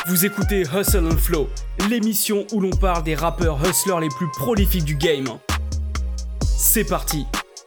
Vous écoutez Hustle and Flow, l'émission où l'on parle des rappeurs hustlers les plus prolifiques du game. C'est parti.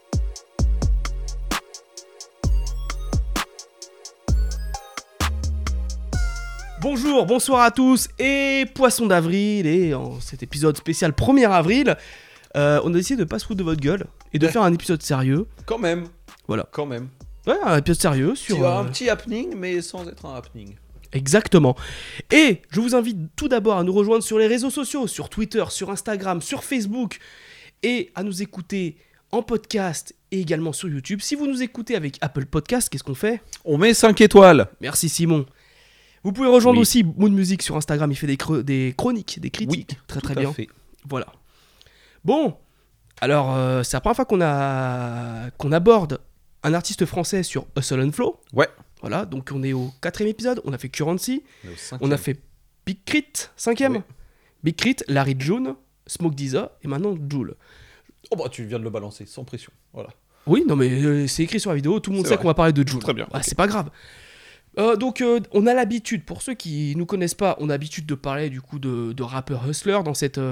Bonjour, bonsoir à tous et poisson d'avril, et en cet épisode spécial 1er avril, on a décidé de pas se foutre de votre gueule et de faire un épisode sérieux. Quand même. Voilà. Quand même. Ouais, un épisode sérieux sur... Un petit happening, mais sans être un happening. Exactement. Et je vous invite tout d'abord à nous rejoindre sur les réseaux sociaux, sur Twitter, sur Instagram, sur Facebook, et à nous écouter en podcast et également sur YouTube. Si vous nous écoutez avec Apple Podcast, qu'est-ce qu'on fait ? On met 5 étoiles. Merci Simon. Vous pouvez rejoindre aussi Mood Music sur Instagram, il fait des chroniques, des critiques. Oui, très bien. Fait. Voilà. Bon, alors c'est la première fois qu'on aborde un artiste français sur Hustle and Flow. Ouais. Voilà, donc on est au 4e épisode, on a fait Currency, on a fait Big Crit, 5e. Oui. Big Crit, Larry June, Smoke DZA et maintenant Jul. Oh bah tu viens de le balancer, sans pression, voilà. Oui, non mais c'est écrit sur la vidéo, tout le monde sait qu'on va parler de Jul. Très bien. Ah, okay. C'est pas grave. Donc on a l'habitude, pour ceux qui nous connaissent pas, on a l'habitude de parler du coup de rappeurs hustlers dans cette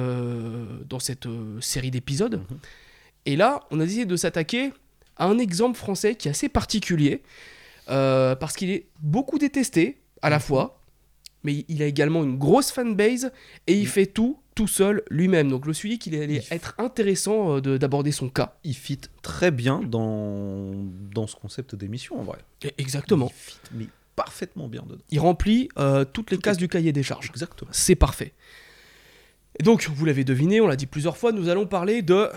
série d'épisodes. Mm-hmm. Et là, on a décidé de s'attaquer à un exemple français qui est assez particulier. Parce qu'il est beaucoup détesté à la fois, mais il a également une grosse fanbase et il fait tout seul lui-même. Donc je me suis dit qu'il allait être intéressant d'aborder son cas. Il fit très bien dans ce concept d'émission en vrai. Exactement. Il fit mais parfaitement bien dedans. Il remplit toutes les cases du cahier des charges. Exactement. C'est parfait. Et donc vous l'avez deviné, on l'a dit plusieurs fois, nous allons parler de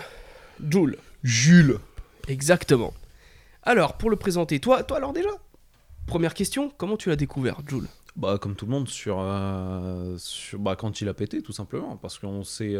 Jules. Exactement. Alors, pour le présenter, toi alors déjà, première question, comment tu l'as découvert, Jul ? Bah comme tout le monde sur quand il a pété tout simplement, parce qu'on sait,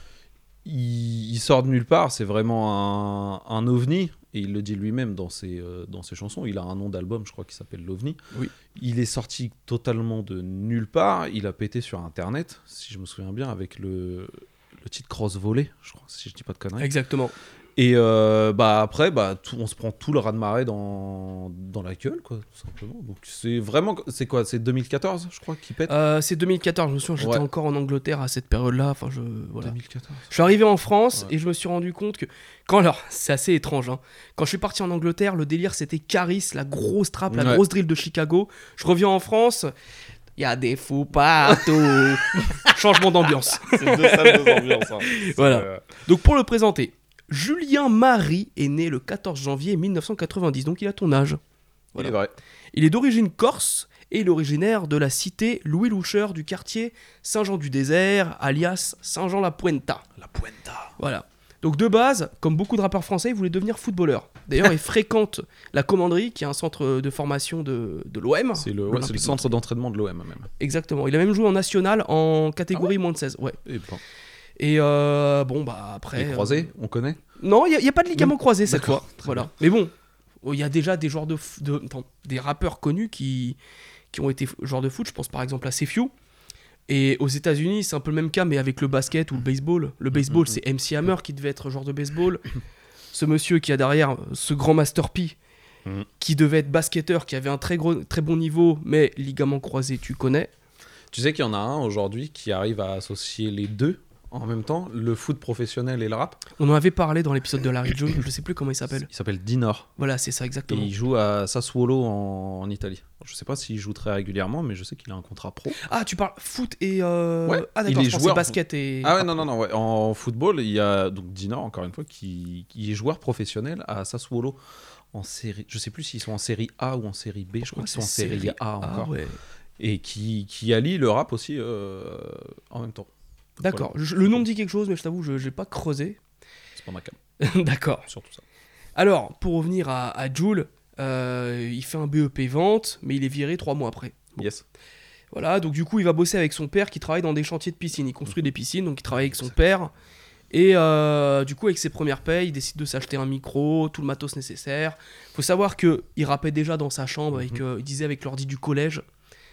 il sort de nulle part, c'est vraiment un ovni, et il le dit lui-même dans ses chansons. Il a un nom d'album, je crois, qui s'appelle l'OVNI. Oui. Il est sorti totalement de nulle part, il a pété sur internet, si je me souviens bien, avec le titre Cross Volley, je crois, si je dis pas de conneries. Exactement. Et après, on se prend tout le raz-de-marée dans la gueule, quoi, tout simplement. Donc c'est quoi, c'est 2014, je crois, qu'il pète. C'est 2014, je me souviens, j'étais encore en Angleterre à cette période-là. Enfin, voilà. 2014. Je suis arrivé en France et je me suis rendu compte que alors, c'est assez étrange. Hein. Quand je suis parti en Angleterre, le délire c'était Caris, la grosse trappe, la grosse drill de Chicago. Je reviens en France. Il y a des fous partout. Changement d'ambiance. C'est deux salles, deux ambiances. Hein. Voilà. Donc pour le présenter. Julien Marie est né le 14 janvier 1990, donc il a ton âge. Voilà. Il est vrai. Il est d'origine corse et il est originaire de la cité Louis Loucher du quartier Saint-Jean-du-Désert, alias Saint-Jean-la-Puenta. La Puenta. Voilà. Donc de base, comme beaucoup de rappeurs français, il voulait devenir footballeur. D'ailleurs, il fréquente la Commanderie, qui est un centre de formation de l'OM. C'est le centre d'entraînement de l'OM même. Exactement. Il a même joué en national en catégorie moins de 16. Ouais. Et après... Les croisés, on connaît ? Non, il n'y a pas de ligament croisé cette fois. Voilà. Mais bon, il y a déjà des joueurs des rappeurs connus qui ont été joueurs de foot. Je pense par exemple à Sefiu. Et aux États-Unis, c'est un peu le même cas, mais avec le basket ou le baseball. Le baseball, c'est MC Hammer qui devait être joueur de baseball. Ce monsieur qui a derrière ce grand Master P, qui devait être basketteur, qui avait un très bon niveau, mais ligament croisé, tu connais. Tu sais qu'il y en a un aujourd'hui qui arrive à associer les deux en même temps, le foot professionnel et le rap. On en avait parlé dans l'épisode de Larry June, je sais plus comment il s'appelle. Il s'appelle Dinor. Voilà, c'est ça exactement. Et il joue à Sassuolo en Italie. Je sais pas s'il joue très régulièrement, mais je sais qu'il a un contrat pro. Ah, tu parles foot et... Ouais, ah d'accord, je pensais basket et... Ah ouais, non, ouais. En football, il y a donc Dinor, encore une fois, qui est joueur professionnel à Sassuolo en série... Je sais plus s'ils sont en série A ou en série B, je crois qu'ils sont en série A encore. Ouais. Et qui allie le rap aussi en même temps. D'accord, voilà. Le nom me dit quelque chose, mais je t'avoue, je n'ai pas creusé. C'est pas ma cam. D'accord. Surtout ça. Alors, pour revenir à Jul, il fait un BEP vente, mais il est viré 3 mois après. Bon. Yes. Voilà, donc du coup, il va bosser avec son père qui travaille dans des chantiers de piscine. Il construit des piscines, donc il travaille avec son père. Et du coup, avec ses premières payes, il décide de s'acheter un micro, tout le matos nécessaire. Faut savoir qu'il rappait déjà dans sa chambre, il disait avec l'ordi du collège.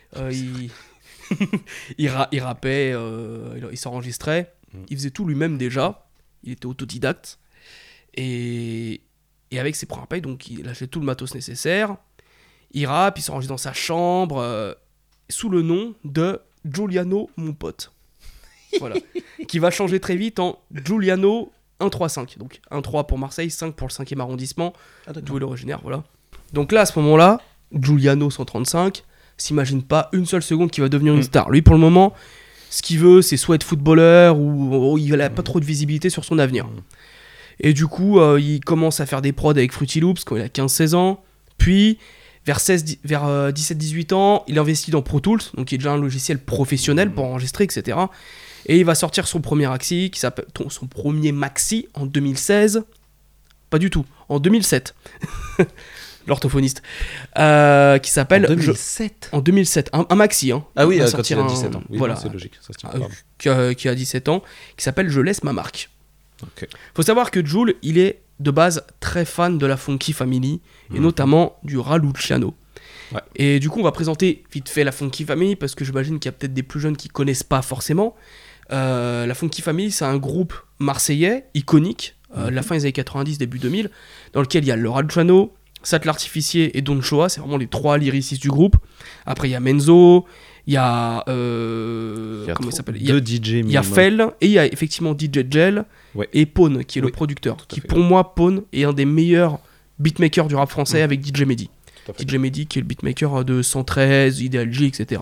Il rappait, il s'enregistrait, il faisait tout lui-même déjà, il était autodidacte, et avec ses premières payes, donc il achetait tout le matos nécessaire, il rappe, il s'enregistre dans sa chambre, sous le nom de Giuliano, mon pote. Voilà. Qui va changer très vite en Giuliano 1-3-5. Donc 1-3 pour Marseille, 5 pour le 5e arrondissement. D'où l'originaire, voilà. Donc là, à ce moment-là, Giuliano 135 s'imagine pas une seule seconde qu'il va devenir une star. Lui, pour le moment, ce qu'il veut, c'est soit être footballeur ou il n'a pas trop de visibilité sur son avenir. Et du coup, il commence à faire des prods avec Fruity Loops quand il a 15-16 ans. Puis, vers 17-18 ans, il investit dans Pro Tools, donc qui est déjà un logiciel professionnel pour enregistrer, etc. Et il va sortir son premier maxi, qui s'appelle son premier maxi en 2016. Pas du tout, en 2007. L'orthophoniste. Qui s'appelle... En 2007 En 2007. Un maxi. Hein. Ah oui, quand il a 17 ans. Oui, voilà. non, c'est logique. Ça se tient, qui a 17 ans, qui s'appelle Je laisse ma marque. Ok. Faut savoir que Jul, il est de base très fan de la Funky Family, et notamment du Raluciano. Ouais. Et du coup, on va présenter vite fait la Funky Family, parce que j'imagine qu'il y a peut-être des plus jeunes qui connaissent pas forcément. La Funky Family, c'est un groupe marseillais, iconique, la fin des années 90, début 2000, dans lequel il y a le Raluciano, Sat l'Artificier et Don Choa, c'est vraiment les trois lyricistes du groupe. Après, il y a Menzo, il y a... comment il s'appelle ? Deux DJ Il y a Fel, et il y a effectivement DJ Gel, et Pone, qui est le producteur. Qui, pour moi, Pone est un des meilleurs beatmakers du rap français avec DJ Mehdi. DJ Mehdi, qui est le beatmaker de 113, Ideal J, etc.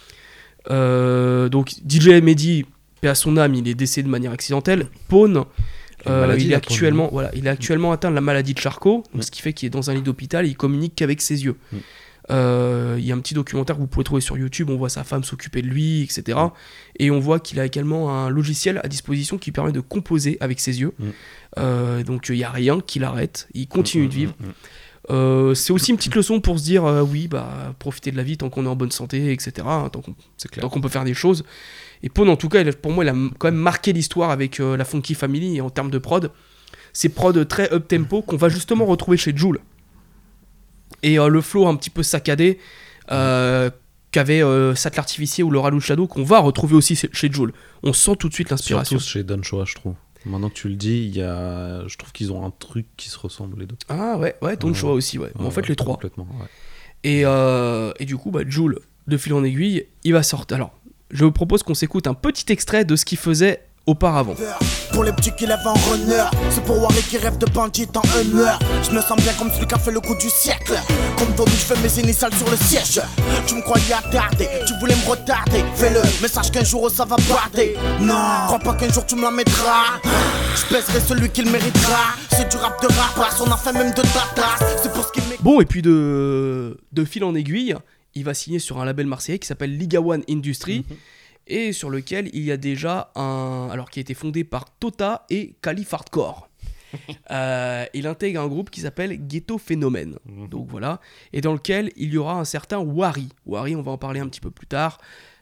Donc, DJ Mehdi, paix à son âme, il est décédé de manière accidentelle. Pone... il est actuellement atteint de la maladie de Charcot, donc ce qui fait qu'il est dans un lit d'hôpital et il communique qu'avec ses yeux. Il y a un petit documentaire que vous pouvez trouver sur YouTube, on voit sa femme s'occuper de lui, etc. Et on voit qu'il a également un logiciel à disposition qui permet de composer avec ses yeux. Donc il n'y a rien qui l'arrête, il continue de vivre. C'est aussi une petite leçon pour se dire profiter de la vie tant qu'on est en bonne santé, etc. Tant qu'on peut faire des choses. Et Pone, en tout cas, pour moi, il a quand même marqué l'histoire avec la Funky Family. Et en termes de prod, c'est prod très up-tempo qu'on va justement retrouver chez Jul. Et le flow un petit peu saccadé qu'avait Sat l'Artificier ou le Raluciano, qu'on va retrouver aussi chez Jul. On sent tout de suite l'inspiration. Surtout chez Don Choa, je trouve. Maintenant que tu le dis, je trouve qu'ils ont un truc qui se ressemble les deux. Ah ouais, Don Choa aussi, ouais. En fait, les trois. Complètement, ouais. Et du coup, Jul, de fil en aiguille, il va sortir. Alors, je vous propose qu'on s'écoute un petit extrait de ce qu'il faisait auparavant. Pour les petits qui lèvent en runner, c'est pour Warwick qui rêve de bandit en humeur. Je me sens bien comme celui qui a fait le coup du siècle. Comme Tommy, je fais mes initiales sur le siège. Tu me croyais attardé, tu voulais me retarder. Fais-le, mais sache qu'un jour ça va barder. Non, crois pas qu'un jour tu me la mettras. Je baisserai celui qui le méritera. C'est du rap de rapace, on a fait même de tatas. C'est pour ce qu'il m'écoute. Bon, et puis de fil en aiguille, il va signer sur un label marseillais qui s'appelle Liga One Industry, et sur lequel il y a déjà qui a été fondé par Tota et Calif Hardcore. Il intègre un groupe qui s'appelle Ghetto Phénomène, donc voilà, et dans lequel il y aura un certain Wari. Wari, on va en parler un petit peu plus tard.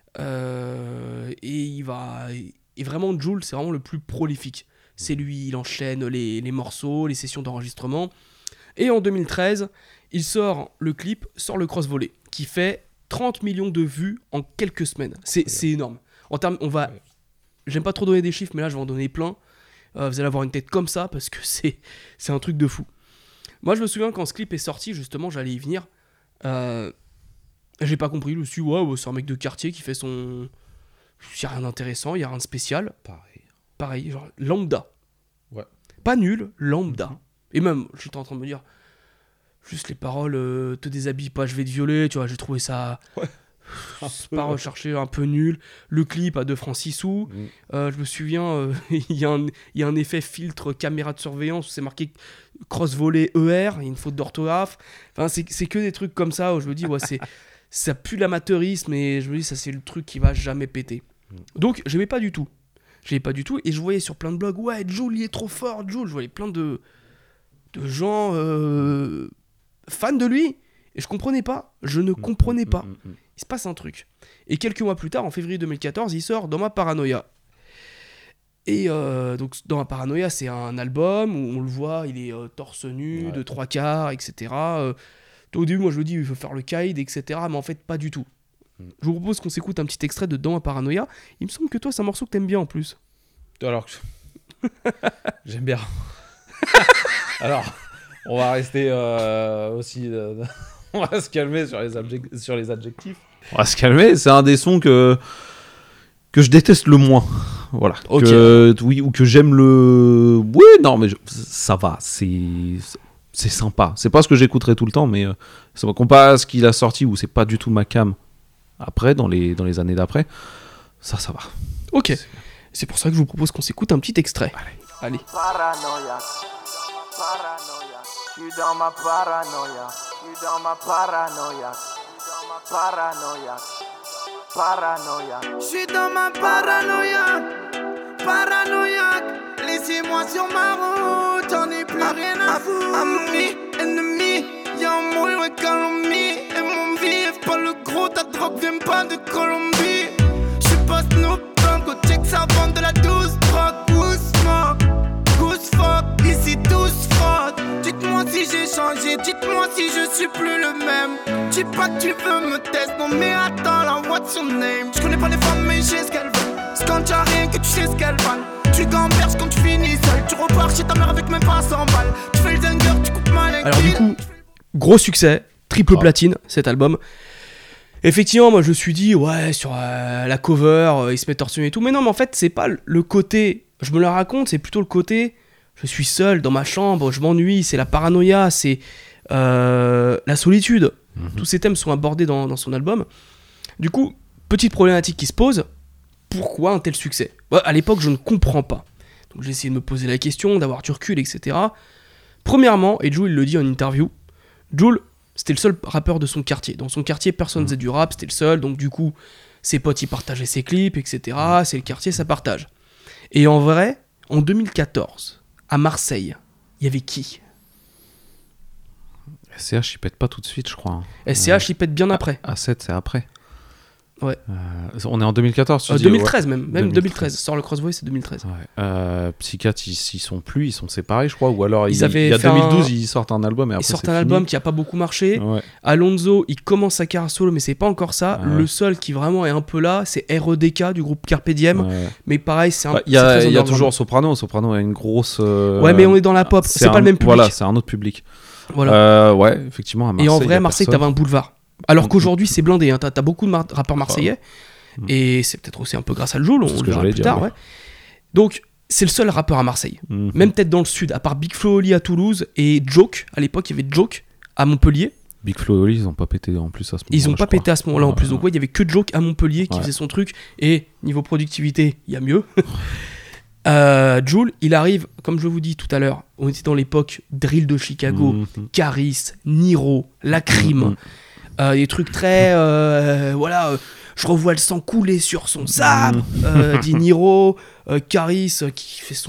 Et vraiment, Jul, c'est vraiment le plus prolifique. C'est lui, il enchaîne les morceaux, les sessions d'enregistrement. Et en 2013, il sort le clip, sort le Cross Volley, qui fait 30 millions de vues en quelques semaines. C'est énorme. En termes, j'aime pas trop donner des chiffres, mais là je vais en donner plein. Vous allez avoir une tête comme ça parce que c'est un truc de fou. Moi je me souviens quand ce clip est sorti, justement, j'allais y venir. J'ai pas compris. Je me suis dit, c'est un mec de quartier qui fait son. Il y a rien d'intéressant, il y a rien de spécial. Pareil, genre lambda. Ouais. Pas nul, lambda. Et même, j'étais en train de me dire. Juste les paroles, te déshabille pas, je vais te violer, tu vois, j'ai trouvé ça c'est pas recherché, un peu nul. Le clip à 2 francs 6 sous. Je me souviens, il y a un effet filtre caméra de surveillance où c'est marqué cross volley ER, il y a une faute d'orthographe. Enfin, c'est que des trucs comme ça où je me dis, ça pue l'amateurisme et je me dis, ça c'est le truc qui va jamais péter. Donc, j'aimais pas du tout. Et je voyais sur plein de blogs, Jul, il est trop fort, Jul. Je voyais plein de gens fans de lui. Et je comprenais pas. Je ne comprenais pas. Il se passe un truc. Et quelques mois plus tard, en février 2014, il sort Dans ma paranoïa. Et donc, Dans ma paranoïa, c'est un album où on le voit, il est torse nu, de 3/4, etc. Au début, moi, je me dis, il faut faire le Kaïd, etc. Mais en fait, pas du tout. Je vous propose qu'on s'écoute un petit extrait de Dans ma paranoïa. Il me semble que toi, c'est un morceau que t'aimes bien en plus. Alors, j'aime bien. Alors, on va rester aussi On va se calmer sur les adjectifs. On va se calmer. C'est un des sons que je déteste le moins. Voilà. Ok. Oui, ou que j'aime le. Oui, non, mais ça va. C'est sympa. C'est pas ce que j'écouterai tout le temps, mais ça va comparé à ce qu'il a sorti où c'est pas du tout ma cam. Après, dans les années d'après, ça va. Ok. C'est pour ça que je vous propose qu'on s'écoute un petit extrait. Allez. Paranoïaque, paranoïaque, je suis dans ma paranoïa, je suis dans ma paranoïa, paranoïaque, paranoïaque, je suis dans ma paranoïa, paranoïaque, laissez-moi sur ma route, j'en ai plus rien à foutre. Ami, ennemi, y'a un mot et calomnie, et mon vif, pas le gros, ta drogue vient pas de Colombie. Je suis pas Snoop Dogg, go check ça vend de la douce drogue, goose fuck, ici tous fraud. Dites-moi si j'ai changé, dites-moi si je suis plus le même. Dis pas que tu veux me tester, non mais attends là, what's your name? Je connais pas les femmes mais je sais ce qu'elles veulent. C'est quand t'as rien que tu sais ce qu'elles valent. Tu gamberges quand tu finis seul, tu repars chez ta mère avec même pas 100 balles. Tu fais le zinger, tu coupes mal. Alors du coup, gros succès, triple platine cet album. Effectivement, moi je me suis dit, ouais, sur la cover, il se met torse nu et tout. Mais non, mais en fait, c'est pas le côté, je me la raconte, c'est plutôt le côté, je suis seul dans ma chambre, je m'ennuie, c'est la paranoïa, c'est la solitude. Tous ces thèmes sont abordés dans son album. Du coup, petite problématique qui se pose, pourquoi un tel succès ? À l'époque, je ne comprends pas. Donc j'ai essayé de me poser la question, d'avoir du recul, etc. Premièrement, et Jul il le dit en interview, Jul, c'était le seul rappeur de son quartier. Dans son quartier, personne faisait du rap, c'était le seul. Donc du coup, ses potes, ils partageaient ses clips, etc. C'est le quartier, ça partage. Et en vrai, en 2014, à Marseille, il y avait qui ? SCH, il pète pas tout de suite, je crois. SCH, il pète bien après. A7, c'est après. Ouais. On est en 2014, tu dis, 2013 ouais. même 2013. Sort le Crossvoice, c'est 2013. Ouais. Psychiatre, ils sont plus, ils sont séparés, je crois. Ou alors, Ils il y avaient a fait 2012, ils sortent un album et après Ils sortent c'est un fini. album qui a pas beaucoup marché. Ouais. Alonso, il commence sa carrière solo, mais c'est pas encore ça. Ouais. Le seul qui vraiment est un peu là, c'est REDK du groupe Carpe Diem. Ouais. Mais pareil, c'est un Il y a c'est très toujours Soprano. Soprano a une grosse. Ouais, mais on est dans la pop, c'est pas le même public. Voilà, c'est un autre public. Voilà. Ouais, effectivement, à Marseille. Et en vrai, y a à Marseille, personne. t'avais un boulevard. Alors qu'aujourd'hui, c'est blindé. Hein. T'as beaucoup de rappeurs marseillais. Et c'est peut-être aussi un peu grâce à Jul, on le verra plus tard. Ouais. Donc, c'est le seul rappeur à Marseille. Même peut-être dans le sud, à part Big Flo Oli à Toulouse et Joke. À l'époque, il y avait Joke à Montpellier. Big Flo et Oli, ils ont pas pété en plus à ce moment-là. Ils ont pas pété à ce moment-là en plus. Donc, ouais, il y avait que Joke à Montpellier qui Ouais. faisait son truc. Et niveau productivité, il y a mieux. Jul, il arrive, comme je vous dis tout à l'heure, on était dans l'époque Drill de Chicago, Caris, Niro, Lacrim. Des trucs très. Voilà. Je revois le sang couler sur son sabre, dit Niro, Caris qui fait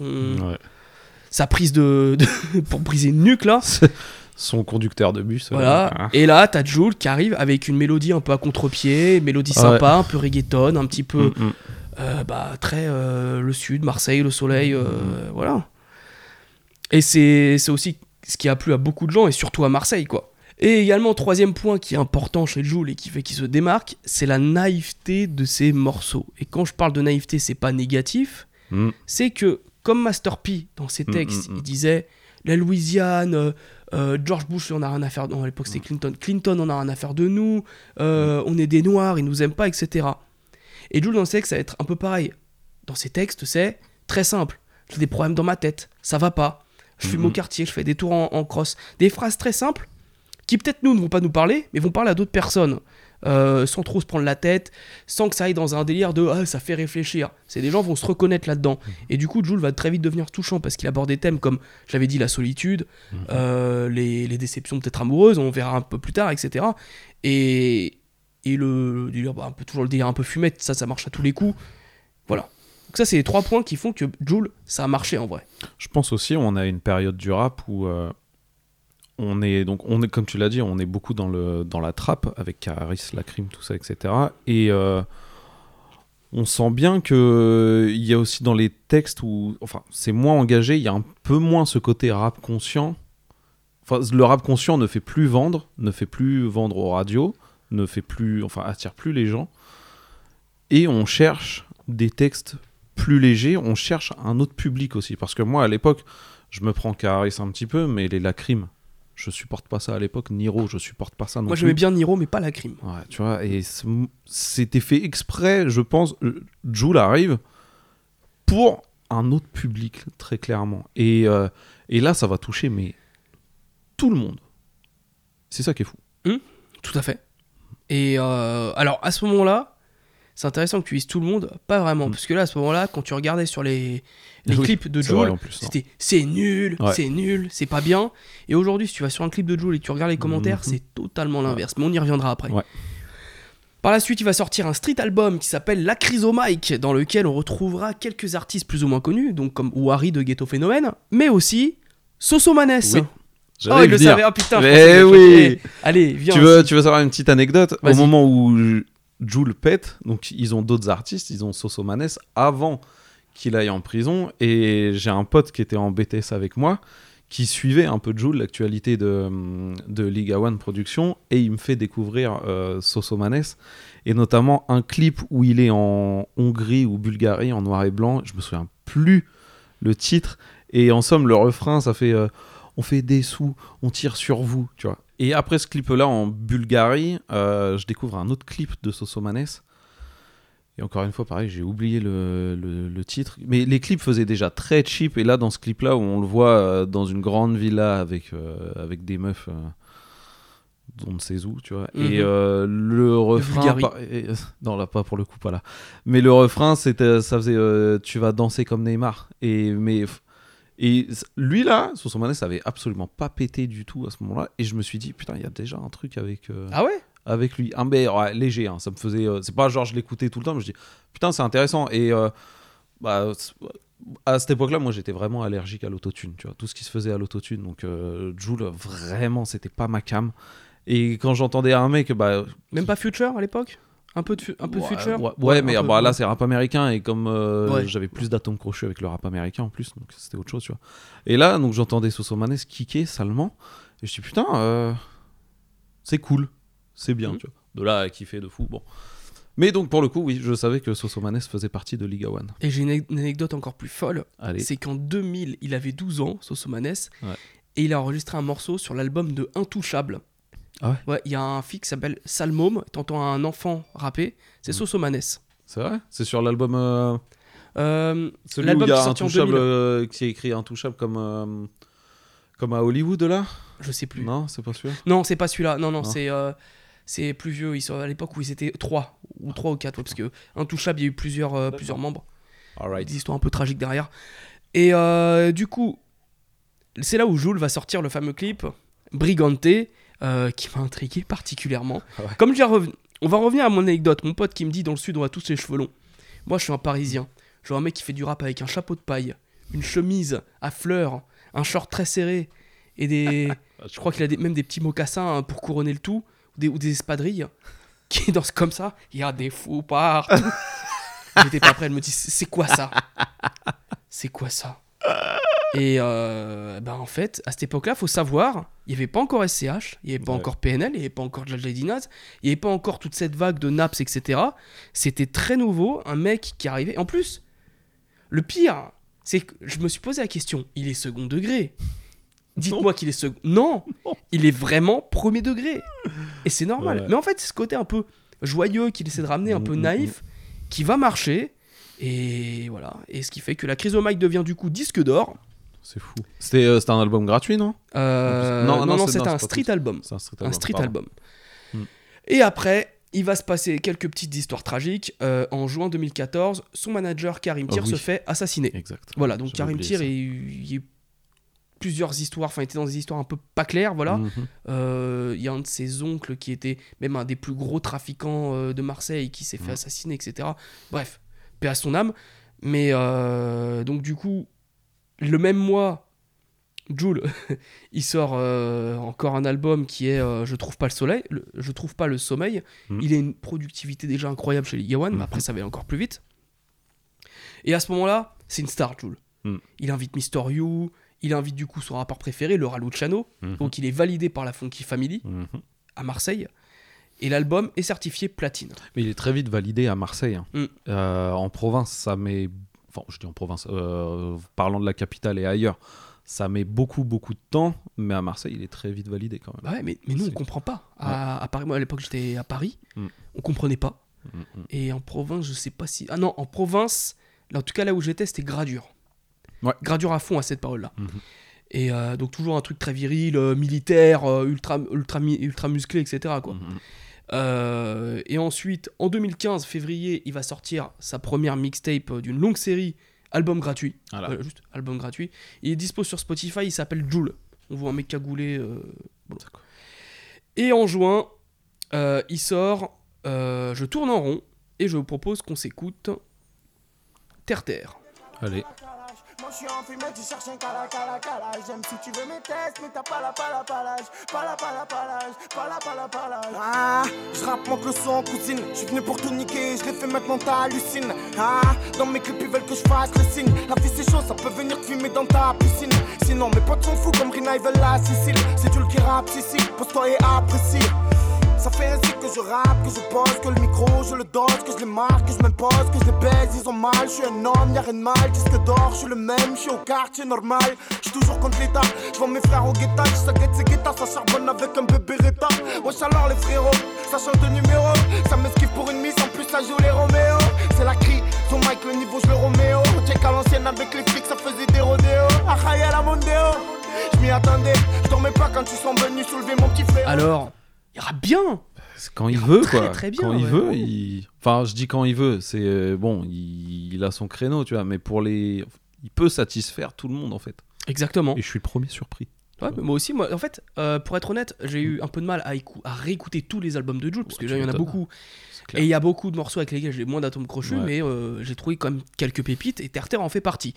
sa prise pour briser une nuque là. Son conducteur de bus. Voilà. Et là, t'as Jul qui arrive avec une mélodie un peu à contre-pied, mélodie sympa, un peu reggaeton, un petit peu très le sud, Marseille, le soleil, voilà. Et c'est aussi ce qui a plu à beaucoup de gens et surtout à Marseille, quoi. Et également, troisième point qui est important chez Jul et qui fait qu'il se démarque, c'est la naïveté de ses morceaux. Et quand je parle de naïveté, c'est pas négatif, c'est que, comme Master P, dans ses textes, il disait « La Louisiane, George Bush, on a rien à faire... » Non, à l'époque, c'était Clinton. Clinton, on a rien à faire de nous, on est des Noirs, ils nous aiment pas, etc. Et Jul, dans ses textes, ça va être un peu pareil. Dans ses textes, c'est très simple. J'ai des problèmes dans ma tête, ça va pas. Je fume au quartier, je fais des tours en crosse. Des phrases très simples, qui peut-être nous ne vont pas nous parler, mais vont parler à d'autres personnes, sans trop se prendre la tête, sans que ça aille dans un délire de « ah, ça fait réfléchir ». Des gens vont se reconnaître là-dedans. Et du coup, Jul va très vite devenir touchant, parce qu'il aborde des thèmes comme, j'avais dit, la solitude, les déceptions peut-être amoureuses, on verra un peu plus tard, etc. Et le délire, un peu, toujours le délire un peu fumette, ça marche à tous les coups. Voilà. Donc ça, c'est les 3 points qui font que Jul, ça a marché en vrai. Je pense aussi, on a une période du rap où... on est comme tu l'as dit, on est beaucoup dans la trappe avec Caris, Lacrim, tout ça, etc. Et on sent bien que il y a aussi dans les textes où, enfin, c'est moins engagé, il y a un peu moins ce côté rap conscient. Enfin, le rap conscient ne fait plus vendre aux radios, attire plus les gens. Et on cherche des textes plus légers, on cherche un autre public aussi. Parce que moi, à l'époque, je me prends Caris un petit peu, mais les Lacrim, Je supporte pas ça à l'époque. Niro, je supporte pas ça non Moi, plus. j'aimais bien Niro, mais pas la crime. Ouais, tu vois, et c'était fait exprès, je pense. Jul arrive pour un autre public, très clairement. Et là, ça va toucher, mais tout le monde. C'est ça qui est fou. Tout à fait. Et alors, à ce moment-là, c'est intéressant que tu dises tout le monde, pas vraiment. Parce que là, à ce moment-là, quand tu regardais sur les clips de Jul, c'était c'est nul, c'est pas bien. Et aujourd'hui, si tu vas sur un clip de Jul et que tu regardes les commentaires, c'est totalement l'inverse. Mais on y reviendra après. Ouais. Par la suite, il va sortir un street album qui s'appelle La Chrysomike, dans lequel on retrouvera quelques artistes plus ou moins connus, donc comme Wari de Ghetto Phénomène, mais aussi Sosomanes. Oui. Oh, il le savait, oh putain. Mais oui. Allez, viens. Tu veux savoir une petite anecdote? Vas-y. Au moment où Jul pète, donc ils ont d'autres artistes, ils ont Sosomanes avant qu'il aille en prison, et j'ai un pote qui était en BTS avec moi qui suivait un peu Jul, l'actualité de Liga One Productions, et il me fait découvrir Sosomanes, et notamment un clip où il est en Hongrie ou Bulgarie en noir et blanc, je me souviens plus le titre, et en somme le refrain ça fait on fait des sous, on tire sur vous, tu vois. Et après ce clip-là, en Bulgarie, je découvre un autre clip de Sosomanes. Et encore une fois, pareil, j'ai oublié le titre. Mais les clips faisaient déjà très cheap. Et là, dans ce clip-là, où on le voit dans une grande villa avec des meufs, on ne sait où, tu vois. Et le refrain... non, là, pas pour le coup, pas là. Mais le refrain, ça faisait tu vas danser comme Neymar. Et lui là, Sosomanes avait absolument pas pété du tout à ce moment-là, et je me suis dit putain, il y a déjà un truc avec ah ouais, avec lui, mais ouais, léger, hein, ça me faisait, c'est pas genre je l'écoutais tout le temps, mais je dis putain c'est intéressant, et à cette époque-là, moi j'étais vraiment allergique à l'autotune, tu vois, tout ce qui se faisait à l'autotune, donc Jul vraiment c'était pas ma cam, et quand j'entendais un mec, même pas Future à l'époque. Un peu de Future. Ouais, mais là c'est rap américain, et comme j'avais plus d'atomes crochus avec le rap américain en plus, donc c'était autre chose, tu vois. Et là, donc j'entendais Sosomanes kicker salement, et je dis putain, c'est cool, c'est bien, tu vois. De là à kiffer de fou, bon. Mais donc pour le coup, oui, je savais que Sosomanes faisait partie de Liga One. Et j'ai une anecdote encore plus folle. Allez. C'est qu'en 2000, il avait 12 ans, Sosomanes, et il a enregistré un morceau sur l'album de Intouchable. Ah ouais. Ouais, il y a un fille qui s'appelle Salmôme, t'entends un enfant rapper, c'est Sosomanes. C'est vrai? C'est sur l'album celui l'album où il y a qui est sorti en 2000. qui est écrit Intouchable comme à Hollywood là? Je sais plus. Non, c'est pas celui-là. Non, c'est pas celui-là. Non. C'est plus vieux. Ils sont à l'époque où ils étaient 3 ou 4, parce que Intouchable, il y a eu plusieurs membres. Alright. Des histoires un peu tragiques derrière. Et du coup, c'est là où Jul va sortir le fameux clip Brigante, qui m'a intrigué particulièrement. Ouais. Comme on va revenir à mon anecdote. Mon pote qui me dit dans le sud on a tous les cheveux longs. Moi je suis un Parisien. Genre un mec qui fait du rap avec un chapeau de paille, une chemise à fleurs, un short très serré et je crois qu'il a même des petits mocassins pour couronner le tout, ou des espadrilles qui dansent comme ça. Il y a des fous partout. J'étais pas prêt, elle me dit c'est quoi ça? C'est quoi ça? Et en fait, à cette époque-là, faut savoir, il n'y avait pas encore SCH, il n'y avait pas encore PNL, il n'y avait pas encore Jal Dinaz, il n'y avait pas encore toute cette vague de Naps, etc. C'était très nouveau, un mec qui arrivait. En plus, le pire, c'est que je me suis posé la question, il est second degré. Dites-moi qu'il est second. Non, il est vraiment premier degré. Et c'est normal. Ouais. Mais en fait, c'est ce côté un peu joyeux qu'il essaie de ramener, un peu naïf, qui va marcher. Et voilà. Et ce qui fait que la Chrysomike devient du coup disque d'or. C'est fou. C'était un album gratuit, non? Non, c'était un street album. C'est un street album. Et après, il va se passer quelques petites histoires tragiques. En juin 2014, son manager Karim Tir se fait assassiner. Exact. Voilà, donc Karim Tir, il y a eu plusieurs histoires, enfin, il était dans des histoires un peu pas claires, voilà. Il y a un de ses oncles qui était même un des plus gros trafiquants de Marseille qui s'est fait assassiner, etc. Bref, paix à son âme. Mais donc, du coup, le même mois, Jul, il sort encore un album qui est Je trouve pas le sommeil. Il a une productivité déjà incroyable chez Liga One, mais après ça va aller encore plus vite. Et à ce moment-là, c'est une star, Jul. Il invite Mister You, il invite du coup son rappeur préféré, Laura Luciano. Donc il est validé par la Funky Family à Marseille. Et l'album est certifié platine. Mais il est très vite validé à Marseille. En province, ça met... Enfin, je dis en province, parlant de la capitale et ailleurs, Ça met beaucoup de temps, mais à Marseille, il est très vite validé quand même. Ouais, mais nous, on comprend pas. À Paris, moi, à l'époque, j'étais à Paris, on comprenait pas. Et en province, je sais pas si... Ah non, en province, là, en tout cas, là où j'étais, c'était Gradure. Ouais. Gradure à fond à cette parole-là. Et donc, toujours un truc très viril, militaire, ultra musclé, etc., quoi. Et ensuite, en 2015, février, il va sortir sa première mixtape d'une longue série, album gratuit. Voilà. Juste album gratuit. Il est dispo sur Spotify, il s'appelle Jul. On voit un mec cagoulé. Et en juin, il sort Je tourne en rond et je vous propose qu'on s'écoute Terre. Allez. Moi je suis enfumé, tu cherches un calage. J'aime si tu veux mes tests, mais t'as pas la palage. Ah, je rappe, monte le son, cousine. Je suis venu pour tout niquer, je l'ai fait maintenant, t'hallucines. Ah, dans mes clips ils veulent que je fasse le signe. La vie c'est chaud, ça peut venir te fumer dans ta piscine. Sinon mes potes sont fous comme Rina, ils veulent la Sicile. C'est Jules qui rappe, Sicile, pose-toi et apprécie. Ça fait ainsi que je rappe, que je pose, que le micro je le dose, que je les marque, que je m'impose, que je les baise, ils ont mal, je suis un homme, y'a rien de mal, disque d'or, je suis le même, je suis au quartier normal, je suis toujours contre l'état, je vois mes frères au guettage, ça guette ses guettes, ça charbonne avec un bébé réta. Wesh alors les frérots, ça chante de numéro, ça m'esquive pour une mise, en plus ça joue les Roméo. C'est la crie, son mic le niveau je le Roméo, check à l'ancienne avec les flics ça faisait des rodéos, Achaïa la Mondeo, je m'y attendais, je dormais pas quand ils sont venus soulever mon petit frère. Alors, il rappe bien. C'est quand il veut, très, quoi. Très bien, quand il veut, enfin, je dis quand il veut, c'est bon, il a son créneau, tu vois, mais il peut satisfaire tout le monde, en fait. Exactement. Et je suis le premier surpris. Ouais, mais moi aussi, en fait, pour être honnête, j'ai eu un peu de mal à réécouter tous les albums de Jul, parce que il y en a beaucoup. Et il y a beaucoup de morceaux avec lesquels j'ai moins d'atomes crochus, mais j'ai trouvé quand même quelques pépites, et Terre en fait partie.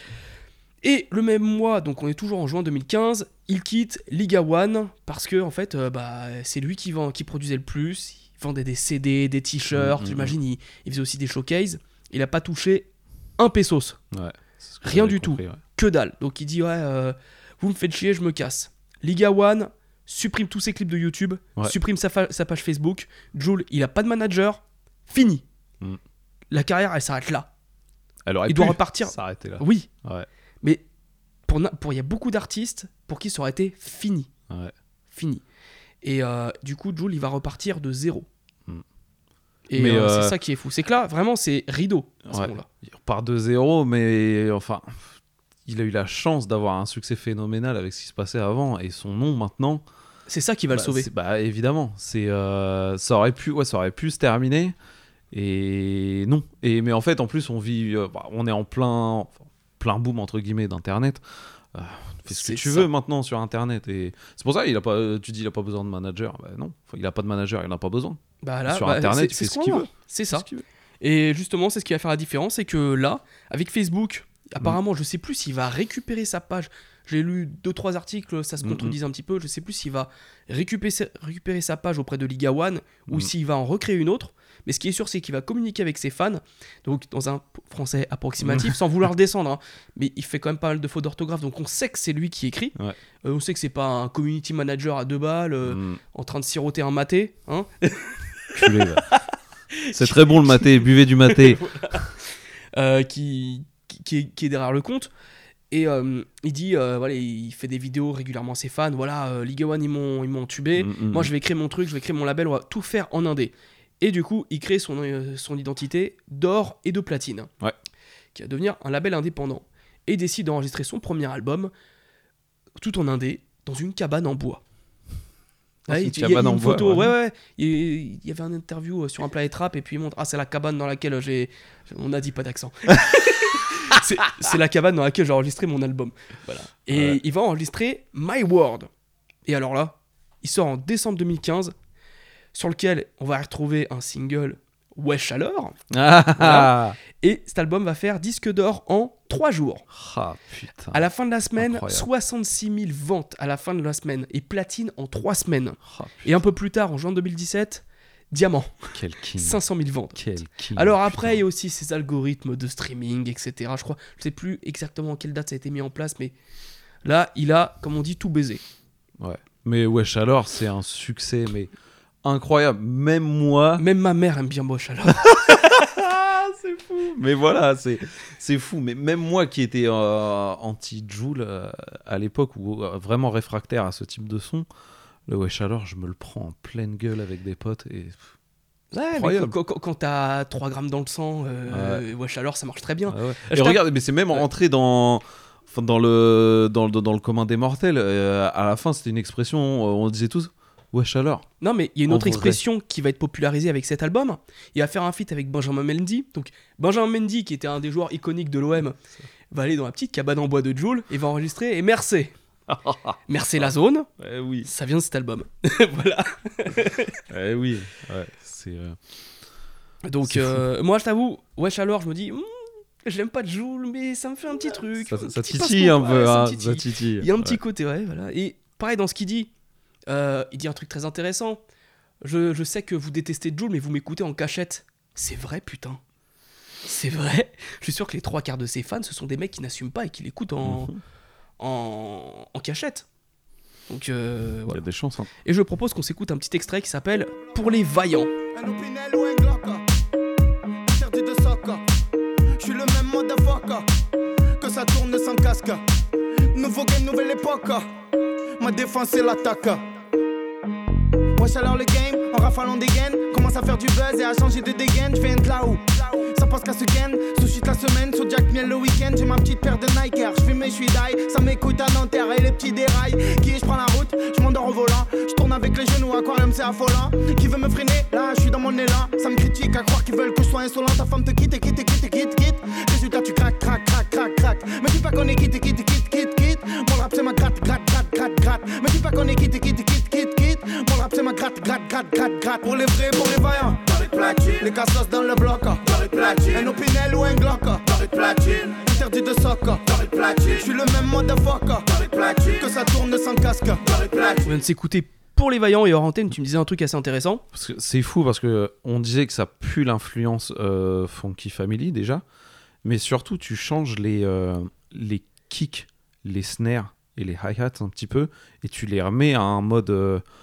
Et le même mois, donc on est toujours en juin 2015, il quitte Liga One parce que en fait, c'est lui qui produisait le plus. Il vendait des CD, des t-shirts. J'imagine, il faisait aussi des showcases. Il a pas touché un pesos. Ouais, rien du tout. Que dalle. Donc il dit vous me faites chier, je me casse. Liga One supprime tous ses clips de YouTube, supprime sa page Facebook. Jul, il a pas de manager. Fini. La carrière, elle s'arrête là. Il doit repartir. S'arrêter là. Oui. Ouais. Mais il y a beaucoup d'artistes pour qui ça aurait été fini. Fini. Et du coup, Jul, il va repartir de zéro. Et c'est ça qui est fou. C'est que là, vraiment, c'est rideau à ce moment-là. Il repart de zéro, mais enfin, il a eu la chance d'avoir un succès phénoménal avec ce qui se passait avant. Et son nom, maintenant... C'est ça qui va le sauver. Évidemment. Ça aurait pu se terminer. Et non. Mais en fait, en plus, on est en plein boom entre guillemets d'internet. Fais ce que tu veux maintenant sur internet, et c'est pour ça tu dis il a pas besoin de manager. Non, il a pas de manager, il en a pas besoin. Sur internet, il fait ce qu'il veut. C'est ça. Et justement, c'est ce qui va faire la différence, c'est que là, avec Facebook, apparemment, je sais plus s'il va récupérer sa page. J'ai lu 2-3 articles, ça se contredisait un petit peu. Je sais plus s'il va récupérer sa page auprès de Liga One ou s'il va en recréer une autre. Mais ce qui est sûr, c'est qu'il va communiquer avec ses fans, donc dans un français approximatif, sans vouloir le descendre. Hein. Mais il fait quand même pas mal de fautes d'orthographe, donc on sait que c'est lui qui écrit. On sait que c'est pas un community manager à 2 balles en train de siroter un maté. Hein. C'est très bon le maté, buvez du maté. Qui est derrière le compte. Et il dit, il fait des vidéos régulièrement à ses fans. Voilà, Liga One, ils m'ont tubé. Moi, je vais créer mon truc, je vais créer mon label, on va tout faire en indé. Et du coup, il crée son identité d'or et de platine, qui va devenir un label indépendant. Et décide d'enregistrer son premier album, tout en indé, dans une cabane en bois. Il y a une photo, il y avait une interview sur un Planet Rap, et puis il montre, c'est la cabane dans laquelle on a dit pas d'accent. c'est la cabane dans laquelle j'ai enregistré mon album. Voilà. Et il va enregistrer My World. Et alors là, il sort en décembre 2015, sur lequel on va retrouver un single Wesh alors. Voilà. Et cet album va faire disque d'or en 3 jours. Putain. À la fin de la semaine, incroyable. 66 000 ventes à la fin de la semaine. Et platine en 3 semaines. Et un peu plus tard, en juin 2017, diamant. Quel king. 500 000 ventes. Quel king. Alors après, il y a aussi ces algorithmes de streaming, etc. Je sais plus exactement à quelle date ça a été mis en place, mais là, il a, comme on dit, tout baisé. Ouais. Mais Wesh alors, c'est un succès, mais incroyable. Même moi. Même ma mère aime bien Wesh alors. C'est C'est fou. Mais voilà, c'est fou. Mais même moi qui étais anti-Jul à l'époque, ou vraiment réfractaire à ce type de son, le Wesh alors, je me le prends en pleine gueule avec des potes. Et... Ouais, mais quand t'as 3 grammes dans le sang, Wesh alors, ça marche très bien. Ouais. Et regarde, mais c'est même rentré dans le commun des mortels. À la fin, c'était une expression, on disait tous Wesh alors. Non, mais il y a une autre expression qui va être popularisée avec cet album. Il va faire un feat avec Benjamin Mendy. Donc, Benjamin Mendy, qui était un des joueurs iconiques de l'OM, va aller dans la petite cabane en bois de Jul et va enregistrer. Et merci. Merci la zone. Oui. Ça vient de cet album. Voilà. Oui. Ouais, c'est. Donc, moi, je t'avoue, Wesh alors, je me dis. J'aime pas Jul, mais ça me fait un petit truc. Ça titille un peu. Ça titille. Il y a un petit côté, voilà. Et pareil, dans ce qu'il dit. Il dit un truc très intéressant. Je sais que vous détestez Jul, mais vous m'écoutez en cachette. C'est vrai, putain. C'est vrai. Je suis sûr que les 3/4 de ses fans, ce sont des mecs qui n'assument pas et qui l'écoutent en cachette. Donc, voilà. Il y a des chances. Hein. Et je propose qu'on s'écoute un petit extrait qui s'appelle Pour les vaillants. Un opinel ou un Glock, interdit de soc. Je suis le même motherfucker, que ça tourne sans casque. Nouveau game, nouvelle époque. Ma défense c'est l'attaque. Wesh alors le game, en rafalant des gaines. Commence à faire du buzz et à changer de dégaine. Je viens de là où ça passe qu'à se gaine. Sushi la semaine, sur Jack Miel le week-end. J'ai ma petite paire de Nike Air. Je fume et je suis die, ça m'écoute à Nanterre. Et les petits dérails, qui je prends la route, je m'endors au volant. Je tourne avec les genoux, aquarium c'est affolant. Qui veut me freiner, là je suis dans mon élan. Ça me critique à croire qu'ils veulent que je sois insolent. Ta femme te quitte. Résultat tu craques. Mais dis pas qu'on est quitte. Mon rap c'est ma gratte. Mais dis pas qu'on est quitte. Mon rap c'est ma gratte. Pour les vrais, pour les vaillants. Les cassos dans le bloc. Un opinel ou un Glock. Interdit de soc. Je suis le même motherfucker, que ça tourne sans casque. On vient de s'écouter Pour les vaillants et hors antenne, tu me disais un truc assez intéressant. Parce que c'est fou parce que on disait que ça pue l'influence Funky Family déjà, mais surtout tu changes les kicks, les snares et les hi-hats un petit peu et tu les remets à un mode,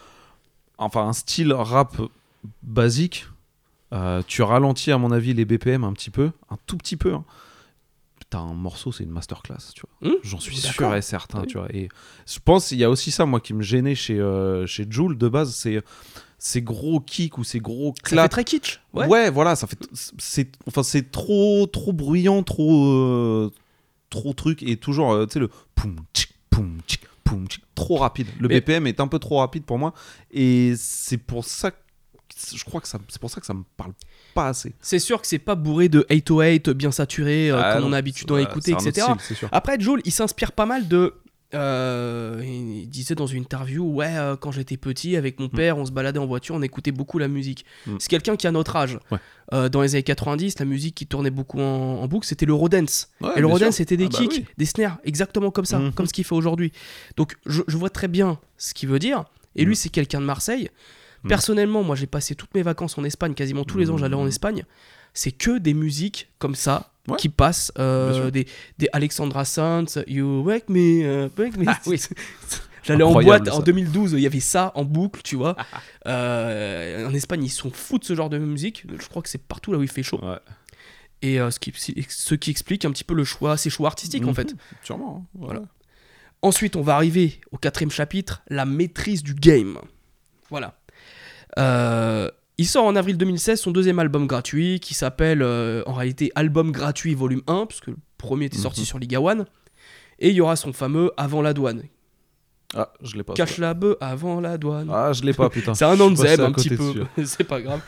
un style rap basique. Tu ralentis à mon avis les BPM un petit peu, un tout petit peu. Hein. T'as un morceau, c'est une masterclass, tu vois. J'en suis sûr et certain, tu vois. Et je pense qu'il y a aussi ça, moi, qui me gênait chez Jul de base, c'est ces gros kicks ou ces gros clats. Ça fait très kitsch. Ouais, voilà, ça fait, c'est trop bruyant, trop truc et toujours, tu sais, le poum tchik, trop rapide. Le BPM est un peu trop rapide pour moi et c'est pour ça que je crois que c'est pour ça que ça me parle pas assez. C'est sûr que c'est pas bourré de 808 bien saturé comme on a l'habitude d'en écouter, etc. Style, après, Jul, il s'inspire pas mal de. Il disait dans une interview, quand j'étais petit avec mon père, on se baladait en voiture, on écoutait beaucoup la musique. C'est quelqu'un qui a notre âge. Dans les années 90, la musique qui tournait beaucoup en boucle, c'était l'Eurodance. Et l'Eurodance, c'était des kicks, des snares, exactement comme ça, comme ce qu'il fait aujourd'hui. Donc, je vois très bien ce qu'il veut dire. Et lui, c'est quelqu'un de Marseille. Personnellement, moi j'ai passé toutes mes vacances en Espagne, quasiment tous les ans j'allais en Espagne. C'est que des musiques comme ça qui passent, des Alexandra Sanz, You Wake Me. Oui. J'allais en boîte en 2012, il y avait ça en boucle, tu vois. En Espagne, ils sont fous de ce genre de musique. Je crois que c'est partout là où il fait chaud. Ouais. Et ce qui explique un petit peu ses choix artistiques en fait. Sûrement. Voilà. Ensuite, on va arriver au 4e chapitre, la maîtrise du game. Voilà. Il sort en avril 2016 son 2e album gratuit qui s'appelle en réalité Album gratuit volume 1 parce que le premier était sorti sur Liga One et il y aura son fameux Avant la douane. Ah, je l'ai pas. Cache la bœuf avant la douane. Ah, je l'ai pas, putain. C'est un anthem un petit peu. C'est pas grave.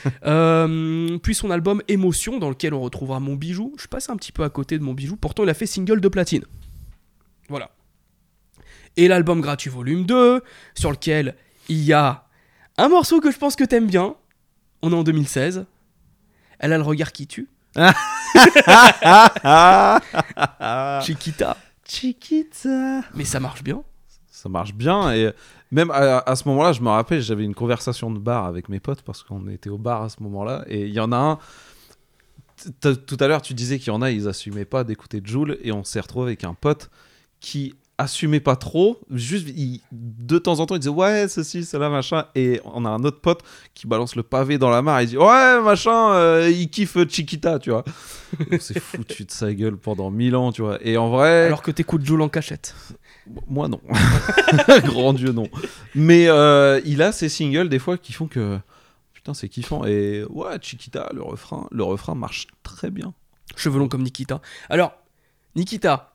Puis son album Émotion dans lequel on retrouvera Mon Bijou. Je passe un petit peu à côté de Mon Bijou. Pourtant, il a fait single de platine. Voilà. Et l'album gratuit volume 2 sur lequel il y a un morceau que je pense que t'aimes bien. On est en 2016. Elle a le regard qui tue. Chiquita. Mais ça marche bien. Ça marche bien. Et même à ce moment-là, je me rappelle, j'avais une conversation de bar avec mes potes parce qu'on était au bar à ce moment-là. Et il y en a un. Tout à l'heure, tu disais qu'il y en a, ils assumaient pas d'écouter Jul. Et on s'est retrouvé avec un pote qui assumait pas trop, juste de temps en temps il disait ouais ceci cela machin, et on a un autre pote qui balance le pavé dans la mare, il dit ouais machin, il kiffe Chiquita, tu vois. On s'est foutu de sa gueule pendant 1000 ans, tu vois, et en vrai Alors que t'écoutes Jul en cachette. moi non. Grand Dieu non, mais il a ces singles des fois qui font que putain c'est kiffant, et ouais Chiquita, le refrain marche très bien. Cheveux longs comme Nikita. Alors Nikita,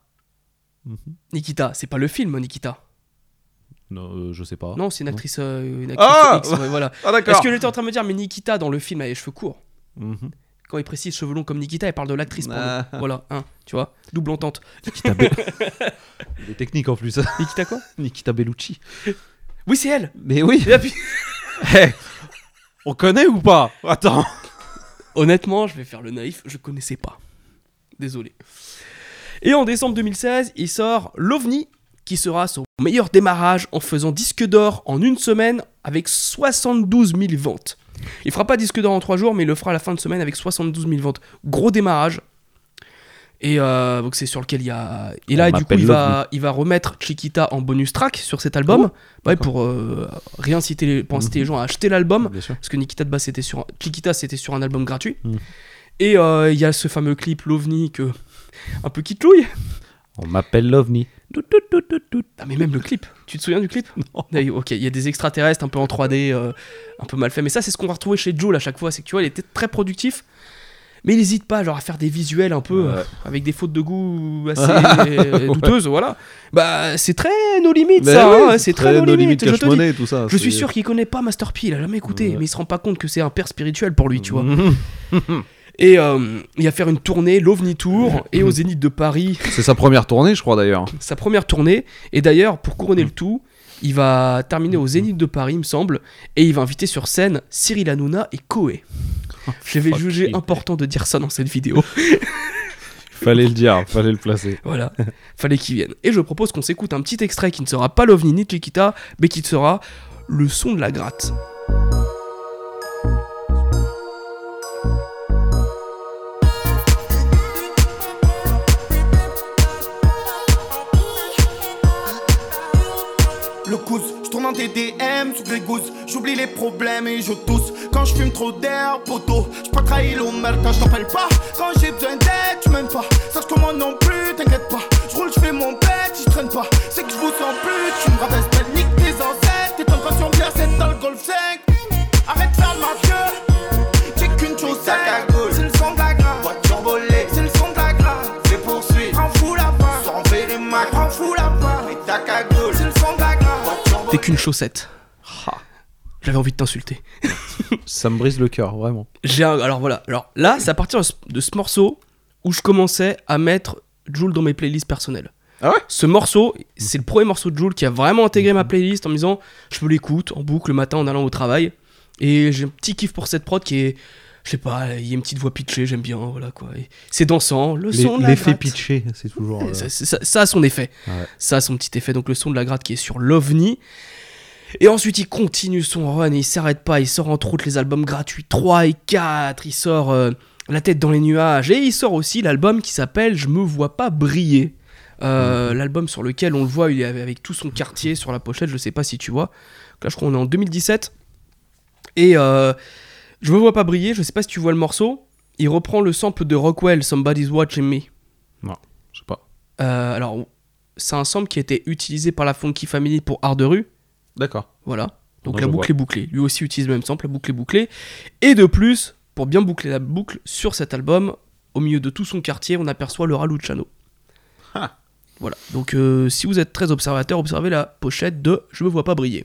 c'est pas le film Nikita. Non, je sais pas. Non, c'est une actrice, Ah X, ouais, voilà. Ah d'accord. Est-ce que j'étais en train de me dire, mais Nikita dans le film a les cheveux courts. Mhm. Quand il précise cheveux longs comme Nikita, il parle de l'actrice. Ah. Voilà, tu vois, double entente. Nikita il est technique en plus. Nikita quoi? Nikita Bellucci. Oui, c'est elle. Mais oui. Et puis... Hey, on connaît ou pas? Attends. Honnêtement, je vais faire le naïf, je connaissais pas. Désolé. Et en décembre 2016, il sort l'OVNI, qui sera son meilleur démarrage en faisant disque d'or en une semaine avec 72 000 ventes. Il fera pas disque d'or en 3 jours, mais il le fera à la fin de semaine avec 72 000 ventes. Gros démarrage. Et donc c'est sur lequel il y a... Et là, du coup, il va remettre Chiquita en bonus track sur cet album. Ouais, pour inciter les gens à acheter l'album. Parce que Chiquita, c'était sur un album gratuit. Et il y a ce fameux clip, l'OVNI, un peu kitschouille. On m'appelle l'OVNI. Ah mais même le clip, tu te souviens du clip? Non. Ok, il y a des extraterrestres un peu en 3D, un peu mal fait, mais ça c'est ce qu'on va retrouver chez Jul à chaque fois, c'est que tu vois il était très productif, mais il n'hésite pas genre à faire des visuels un peu avec des fautes de goût assez douteuses, voilà. Bah c'est très nos limites ça, oui, hein, c'est très nos limites. Cash money, tout ça. Je suis sûr qu'il connaît pas Master P, il a jamais écouté, mais il se rend pas compte que c'est un père spirituel pour lui, tu vois. Et il va faire une tournée, l'OVNI Tour, et au Zénith de Paris. C'est sa première tournée, je crois d'ailleurs. Sa première tournée. Et d'ailleurs, pour couronner le tout, il va terminer au Zénith de Paris, il me semble, et il va inviter sur scène Cyril Hanouna et Koé. J'avais jugé important de dire ça dans cette vidéo. Fallait le dire, fallait le placer. Voilà, fallait qu'il vienne. Et je propose qu'on s'écoute un petit extrait qui ne sera pas l'OVNI ni Chiquita, mais qui sera le son de la gratte. Le cousse, je tourne en DDM sous Grégousse. J'oublie les problèmes et je tousse. Quand je fume trop d'air, poteau, j'ai pas trahi l'omerta, je t'appelle pas. Quand j'ai besoin d'aide, tu m'aimes pas. Sache que moi non plus, t'inquiète pas. Je roule, je fais mon bête, si je traîne pas. C'est que je vous sens plus, tu me rabaisse pas, nique tes ancêtres. Tes tentations glacées dans le Golf 5. Arrête de faire ma queue. J'ai qu'une chose, c'est le son de la grave. Voiture volée, c'est le son de la grave. Les poursuites, prends fou la part. Sans les mains, prends fou la part. Mais ta cagoule, c'est le son de la grave. T'es qu'une chaussette. J'avais envie de t'insulter. Ça me brise le cœur, vraiment. Alors voilà. Alors là, c'est à partir de ce morceau où je commençais à mettre Jul dans mes playlists personnelles. Ah ouais? Ce morceau, c'est le premier morceau de Jul qui a vraiment intégré ma playlist en me disant je me l'écoute en boucle le matin en allant au travail. Et j'ai un petit kiff pour cette prod qui est, je sais pas, il y a une petite voix pitchée, j'aime bien, voilà quoi. Et c'est dansant, le son de la l'effet gratte. pitché, c'est toujours. Ça a son effet. Ouais. Ça a son petit effet. Donc le son de la gratte qui est sur l'OVNI. Et ensuite il continue son run et il s'arrête pas. Il sort entre autres les albums gratuits 3 et 4. Il sort La tête dans les nuages. Et il sort aussi l'album qui s'appelle Je me vois pas briller. L'album sur lequel on le voit, il est avec tout son quartier sur la pochette. Je sais pas si tu vois. Là je crois qu'on est en 2017. Et Je me vois pas briller. Je sais pas si tu vois le morceau. Il reprend le sample de Rockwell, Somebody's Watching Me. Non, je sais pas. Alors, c'est un sample qui a été utilisé par la Funky Family pour Art de rue. D'accord. Voilà. Donc Ouais, la je boucle vois. est bouclée. Lui aussi utilise le même sample, la boucle est bouclée. Et de plus, pour bien boucler la boucle sur cet album, au milieu de tout son quartier, on aperçoit Laura Luciano. Ah. Voilà. Donc si vous êtes très observateur, observez la pochette de Je me vois pas briller.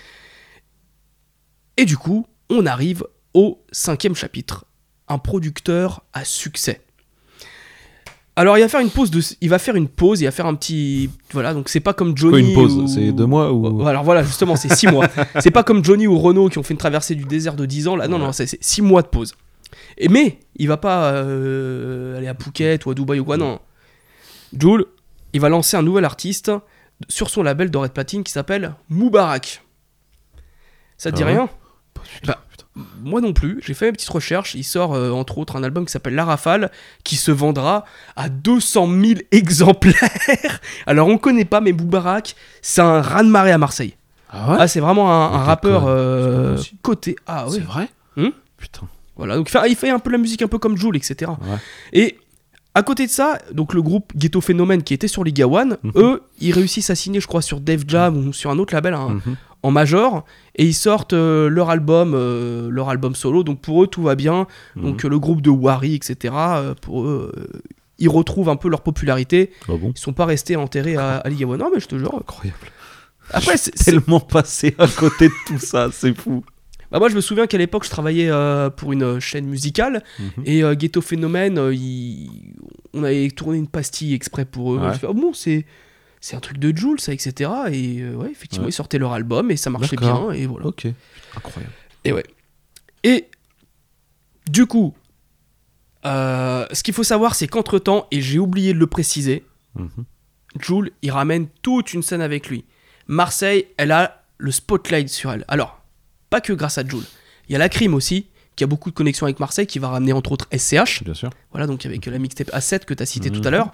Et du coup, on arrive au 5e chapitre. Un producteur à succès. Alors il va faire une pause, il va faire un petit... Voilà, donc c'est pas comme Johnny... Quoi, une pause, c'est 2 mois ou... Alors voilà, justement, c'est 6 mois. C'est pas comme Johnny ou Renaud qui ont fait une traversée du désert de 10 ans. Là, non, c'est 6 mois de pause. Mais il va pas aller à Phuket ou à Dubaï ou quoi, non. Jul, il va lancer un nouvel artiste sur son label Doré de Platine qui s'appelle Moubarak. Ça te dit rien ? moi non plus. J'ai fait mes petites recherches. Il sort entre autres un album qui s'appelle La Rafale, qui se vendra à 200 000 exemplaires. Alors on connaît pas, mais Boobarak, c'est un raz-de-marée à Marseille. Ah ouais. Ah, c'est vraiment un rappeur possible. côté. Ah ouais. C'est vrai. Hum. Putain. Voilà, donc il fait un peu la musique un peu comme Jul, etc. Ouais. Et à côté de ça, donc le groupe Ghetto Phénomène qui était sur Liga One, eux, ils réussissent à signer, je crois, sur Def Jam ou sur un autre label en major, et ils sortent leur album solo. Donc pour eux, tout va bien. Donc le groupe de Wari, etc. Pour eux, ils retrouvent un peu leur popularité. Ah bon. Ils sont pas restés enterrés à Liga One. Non, mais je te jure. Incroyable. Après, Je suis tellement passé à côté de tout ça, c'est fou. Bah moi je me souviens qu'à l'époque je travaillais pour une chaîne musicale et Ghetto Phénomène on avait tourné une pastille exprès pour eux. Ouais. Je fais, oh bon c'est un truc de Jul ça, etc. Et ouais, effectivement ils sortaient leur album et ça marchait D'accord. bien et voilà. Ok. Incroyable. Et ouais. Et du coup ce qu'il faut savoir c'est qu'entre temps, et j'ai oublié de le préciser, Jul il ramène toute une scène avec lui. Marseille elle a le spotlight sur elle. Alors pas que grâce à Jul. Il y a La Crime aussi, qui a beaucoup de connexions avec Marseille, qui va ramener entre autres SCH. Bien sûr. Voilà, donc avec la mixtape A7 que tu as cité tout à l'heure.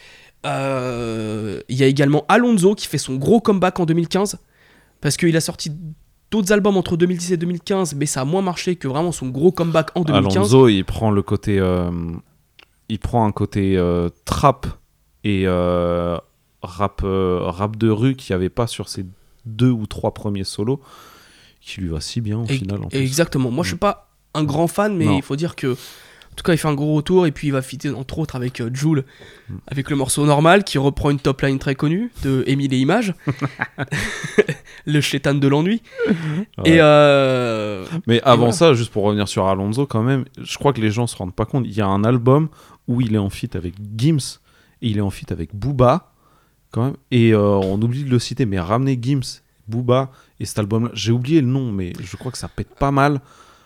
Il y a également Alonso qui fait son gros comeback en 2015, parce qu'il a sorti d'autres albums entre 2010 et 2015, mais ça a moins marché que vraiment son gros comeback en 2015. Alonso, il prend le côté... il prend un côté trap et rap de rue qu'il n'y avait pas sur ses 2 ou 3 premiers solos, qui lui va si bien au final. En plus. Exactement. Moi, je suis pas un grand fan, mais il faut dire que, en tout cas, il fait un gros retour et puis il va fitter entre autres avec Jul, avec le morceau Normal qui reprend une top line très connue de Émile et Images, le chétan de l'ennui. Ouais. Et mais avant voilà. ça, juste pour revenir sur Alonso, quand même, je crois que les gens se rendent pas compte. Il y a un album où il est en feat avec Gims et il est en feat avec Booba, quand même. Et on oublie de le citer, mais ramener Gims, Booba et cet album-là, j'ai oublié le nom, mais je crois que ça pète pas mal.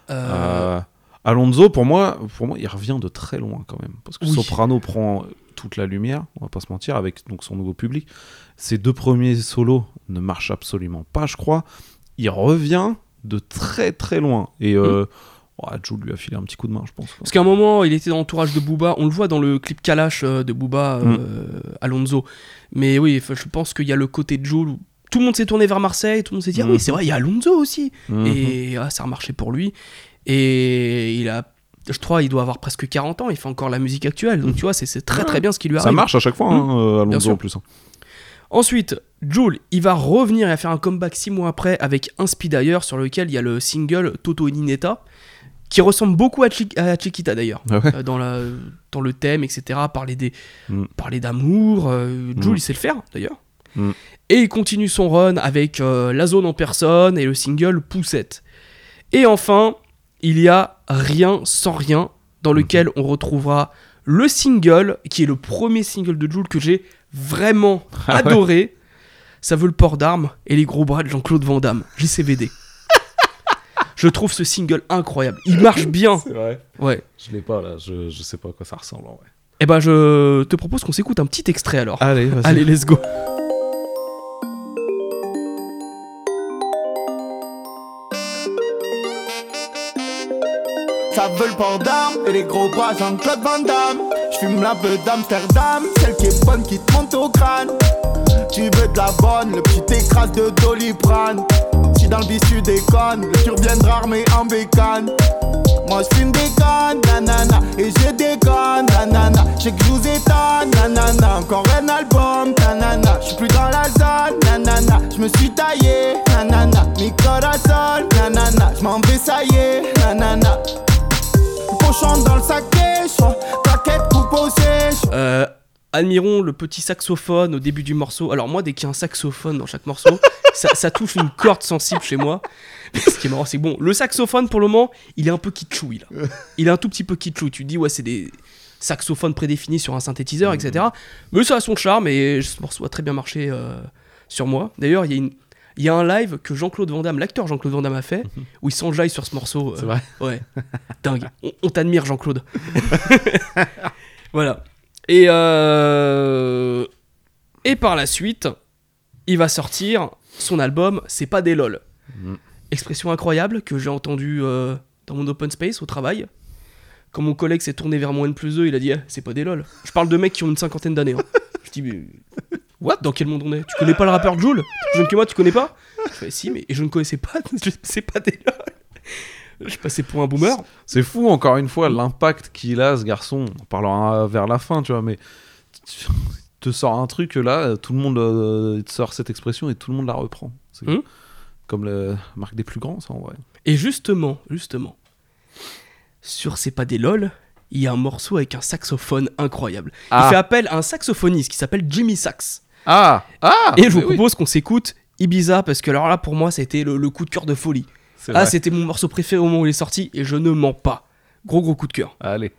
Alonso, pour moi, il revient de très loin quand même, parce que Soprano prend toute la lumière, on va pas se mentir, avec donc son nouveau public. Ses 2 premiers solos ne marchent absolument pas, je crois. Il revient de très très loin et Jul lui a filé un petit coup de main, je pense. Parce qu'à un moment, il était dans l'entourage de Booba. On le voit dans le clip Kalash de Booba, Alonso. Mais oui, je pense qu'il y a le côté de Jul où tout le monde s'est tourné vers Marseille, tout le monde s'est dit, ah oui, c'est vrai, il y a Alonso aussi. Et ça a marché pour lui. Et il a, je crois, il doit avoir presque 40 ans, il fait encore la musique actuelle. Donc tu vois, c'est très très bien ce qui lui arrive. Ça marche à chaque fois, Alonso en plus. Ensuite, Jul, il va revenir et faire un comeback 6 mois après avec Un Speed d'ailleurs, sur lequel il y a le single Toto et Ninetta, qui ressemble beaucoup à Chiquita d'ailleurs, dans le thème, etc. Parler d'amour. Jul, il sait le faire d'ailleurs. Et il continue son run avec La Zone en personne et le single Poussette. Et enfin, il y a Rien sans rien, dans lequel on retrouvera le single, qui est le premier single de Jul que j'ai vraiment adoré. Ça veut le port d'armes et les gros bras de Jean-Claude Van Damme, JCVD. Je trouve ce single incroyable. Il marche bien. C'est vrai. Ouais. Je l'ai pas là, je sais pas à quoi ça ressemble en vrai. Eh ben, je te propose qu'on s'écoute un petit extrait alors. Allez, vas-y. Allez, let's go. Ça veut le port d'armes et les gros bras Jean-Claude Van Damme. J'fume la beuh d'Amsterdam, celle qui est bonne qui te monte au crâne. Tu veux de la bonne, le petit écrase de Doliprane. Si dans le bis tu déconnes, le tu reviendras armé en bécane. Moi j'fume des cannes, nanana, et je déconne, nanana. J'sais que j'vous étonne, nanana. Encore un album, nanana. J'suis plus dans la zone, nanana. J'me suis taillé, nanana. Mi corazon, nanana. J'm'en vais, ça y est, nanana. Cochon dans le sac chaud, paquet coupe au sèche. Admirons le petit saxophone au début du morceau. Alors moi, dès qu'il y a un saxophone dans chaque morceau, ça touche une corde sensible chez moi. Mais ce qui est marrant, c'est que bon, le saxophone pour le moment, il est un peu kitschoui là. Il est un tout petit peu kitschoui. Tu te dis ouais, c'est des saxophones prédéfinis sur un synthétiseur, etc. Mais ça a son charme et ce morceau a très bien marché sur moi. D'ailleurs, il y a un live que Jean-Claude Van Damme, l'acteur Jean-Claude Van Damme a fait, où il s'enjaille sur ce morceau. C'est vrai. Ouais, dingue. On t'admire, Jean-Claude. Voilà. Et par la suite, il va sortir son album C'est pas des lol. expression incroyable que j'ai entendue dans mon open space au travail. Quand mon collègue s'est tourné vers mon N+2, il a dit c'est pas des lol. Je parle de mecs qui ont une cinquantaine d'années. Hein. Je dis mais what, dans quel monde on est? Tu connais pas le rappeur Jul? Plus jeune que moi, tu connais pas? Je fais si, mais et je ne connaissais pas. C'est pas des lol. Je passais pour un boomer. C'est fou, encore une fois, l'impact qu'il a, ce garçon. On parlera vers la fin, tu vois, mais tu te sors un truc là, tout le monde te sort cette expression et tout le monde la reprend. C'est comme la marque des plus grands, ça, en vrai. Et justement, sur C'est pas des lol, il y a un morceau avec un saxophone incroyable. Il fait appel à un saxophoniste qui s'appelle Jimmy Sax. Et je vous propose qu'on s'écoute Ibiza, parce que alors là, pour moi, c'était le coup de cœur de folie. C'était mon morceau préféré au moment où il est sorti, et je ne mens pas. Gros coup de cœur. Allez.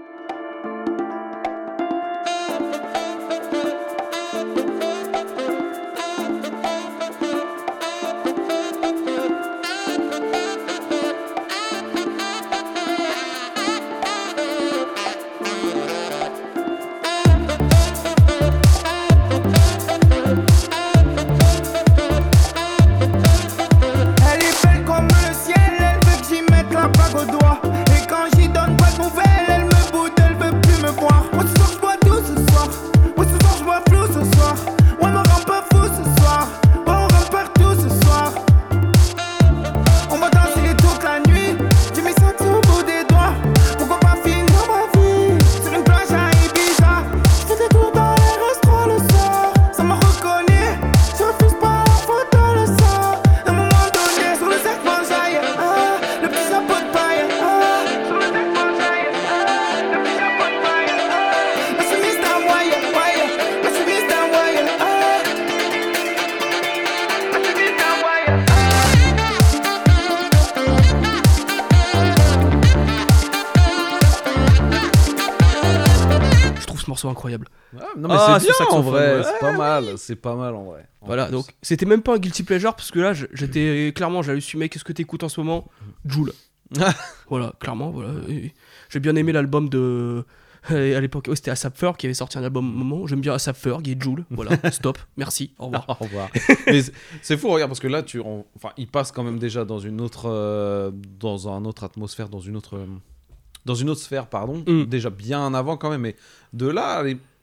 Incroyable. Non mais c'est bien en vrai, c'est pas mal en vrai. Voilà, donc c'était même pas un guilty pleasure parce que là j'étais clairement, j'avais su mec, qu'est-ce que t'écoutes en ce moment? Jul. Voilà, clairement, voilà. Et j'ai bien aimé l'album de à l'époque, c'était A$AP Ferg qui avait sorti un album moment. J'aime bien A$AP Ferg et Jul. Voilà, stop, merci, au revoir. Au revoir. Mais c'est fou, regarde, parce que là il passe quand même déjà dans une autre dans un autre atmosphère, dans une autre sphère, pardon, déjà bien avant quand même, mais de là,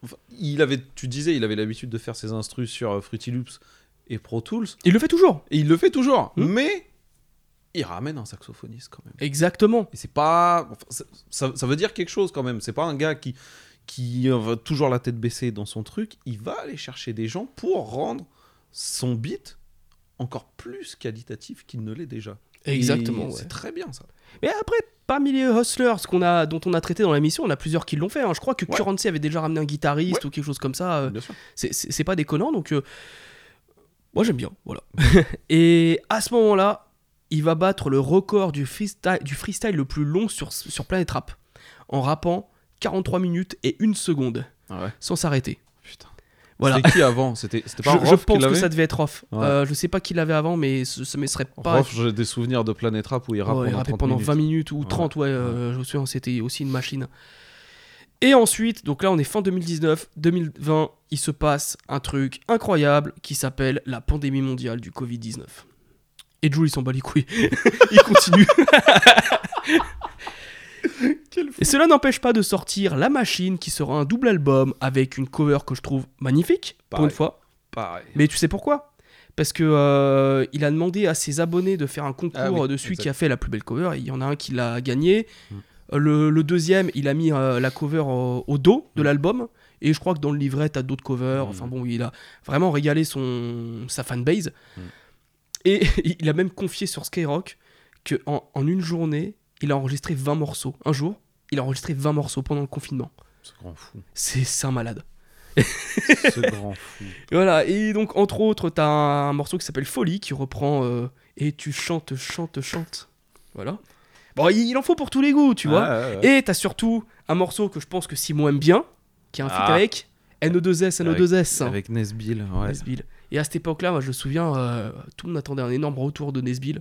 tu disais, il avait l'habitude de faire ses instrus sur Fruity Loops et Pro Tools. Il le fait toujours. Et il le fait toujours, mais il ramène un saxophoniste quand même. Exactement. Et c'est pas... ça veut dire quelque chose quand même, c'est pas un gars qui a toujours la tête baissée dans son truc, il va aller chercher des gens pour rendre son beat encore plus qualitatif qu'il ne l'est déjà. Exactement. C'est très bien ça. Mais après, parmi les hustlers dont on a traité dans l'émission, on a plusieurs qui l'ont fait. Hein. Je crois que Currency avait déjà ramené un guitariste ou quelque chose comme ça. C'est pas déconnant, donc moi j'aime bien. Voilà. Et à ce moment-là, il va battre le record du freestyle le plus long sur Planet Rap, en rappant 43 minutes et 1 seconde, sans s'arrêter. Putain. Voilà. C'était qui avant? C'était pas Rof? Je pense que ça devait être Rof. Je sais pas qui l'avait avant, mais ça me serait pas... Rof, j'ai des souvenirs de Planet Rap où il rappe pendant 20 minutes ou 30, je me souviens, c'était aussi une machine. Et ensuite, donc là on est fin 2019, 2020, il se passe un truc incroyable qui s'appelle la pandémie mondiale du Covid-19. Et Jul il s'en bat les couilles. Il continue. Et cela n'empêche pas de sortir La Machine, qui sera un double album avec une cover que je trouve magnifique, pour une fois. Pareil. Mais tu sais pourquoi? Parce que il a demandé à ses abonnés de faire un concours de celui qui a fait la plus belle cover, et il y en a un qui l'a gagné. Le deuxième, il a mis la cover au dos de l'album, et je crois que dans le livret, t'as d'autres covers. Enfin bon, il a vraiment régalé sa fanbase. Et il a même confié sur Skyrock qu'en une journée, il a enregistré 20 morceaux. Un jour, il a enregistré 20 morceaux pendant le confinement. C'est grand fou. C'est un malade. C'est grand fou. Voilà, et donc entre autres, t'as un morceau qui s'appelle Folie qui reprend et tu chantes. Voilà. Bon, il en faut pour tous les goûts, tu vois. Et t'as surtout un morceau que je pense que Simon aime bien, qui est un feat avec NO2S. Avec Nesbill, Nesbill. Et à cette époque-là, moi je me souviens, tout le monde attendait un énorme retour de Nesbill.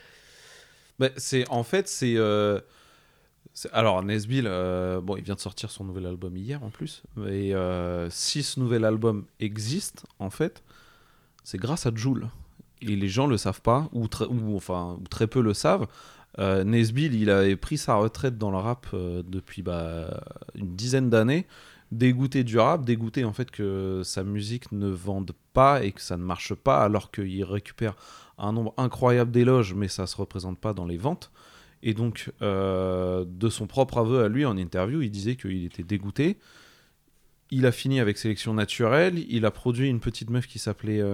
Alors Nesbill, il vient de sortir son nouvel album hier en plus, mais si ce nouvel album existe, en fait, c'est grâce à Jul. les gens le savent pas, ou très peu le savent. Nesbill, il avait pris sa retraite dans le rap depuis une dizaine d'années, dégoûté du rap, dégoûté en fait que sa musique ne vende pas et que ça ne marche pas, alors qu'il récupère un nombre incroyable d'éloges, mais ça se représente pas dans les ventes. Et donc, de son propre aveu à lui en interview, il disait qu'il était dégoûté. Il a fini avec Sélection Naturelle, il a produit une petite meuf qui s'appelait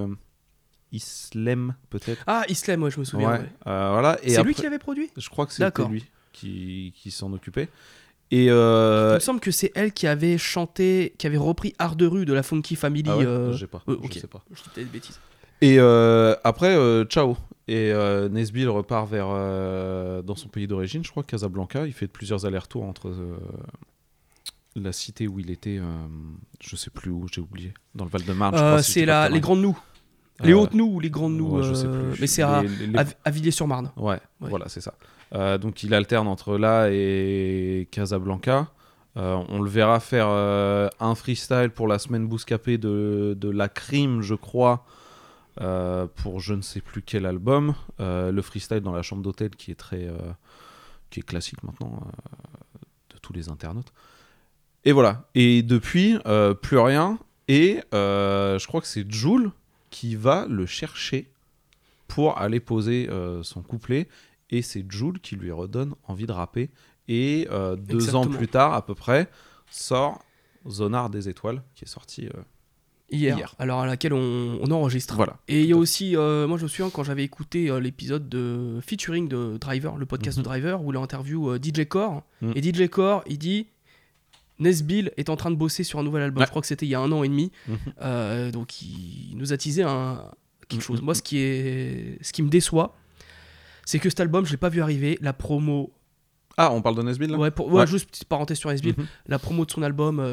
Islem, peut-être. Ah, Islem, ouais, je me souviens. Ouais. Voilà. Et c'est lui qui avait produit ? Je crois que c'était lui qui s'en occupait. Et il me semble que c'est elle qui avait chanté, qui avait repris Art de rue de la Funky Family. Ah ouais je sais pas. Okay. Je sais pas. Je dis peut-être des bêtises. Et après, ciao. Et Nesbill repart dans son pays d'origine, je crois, Casablanca. Il fait plusieurs allers-retours entre la cité où il était, je sais plus où, j'ai oublié, dans le Val-de-Marne. C'est les Grandes Noues. Les Hautes Noues ou les Grandes Noues, je sais plus. Mais c'est à Villiers-sur-Marne. Ouais, voilà, c'est ça. Donc il alterne entre là et Casablanca. On le verra faire un freestyle pour la semaine Bouscapé de La Crime, je crois, pour je ne sais plus quel album. Le freestyle dans la chambre d'hôtel qui est classique maintenant de tous les internautes. Et voilà. Et depuis, plus rien. Et je crois que c'est Jul qui va le chercher pour aller poser son couplet. Et c'est Jul qui lui redonne envie de rapper. Et 2 ans plus tard, à peu près, sort Zonard des Étoiles, qui est sorti hier. Alors à laquelle on enregistre. Voilà. Et il y a aussi, moi je me souviens quand j'avais écouté l'épisode de featuring de Driver, le podcast de Driver, où il interview DJ Core. Et DJ Core, il dit... Nesbill est en train de bosser sur un nouvel album. Je crois que c'était il y a 1 an et demi. Donc il nous a teasé quelque chose. Moi, ce qui me déçoit, c'est que cet album, je l'ai pas vu arriver. La promo. Ah, on parle de Nesbill là ? Ouais, juste petite parenthèse sur Nesbill. La promo de son album.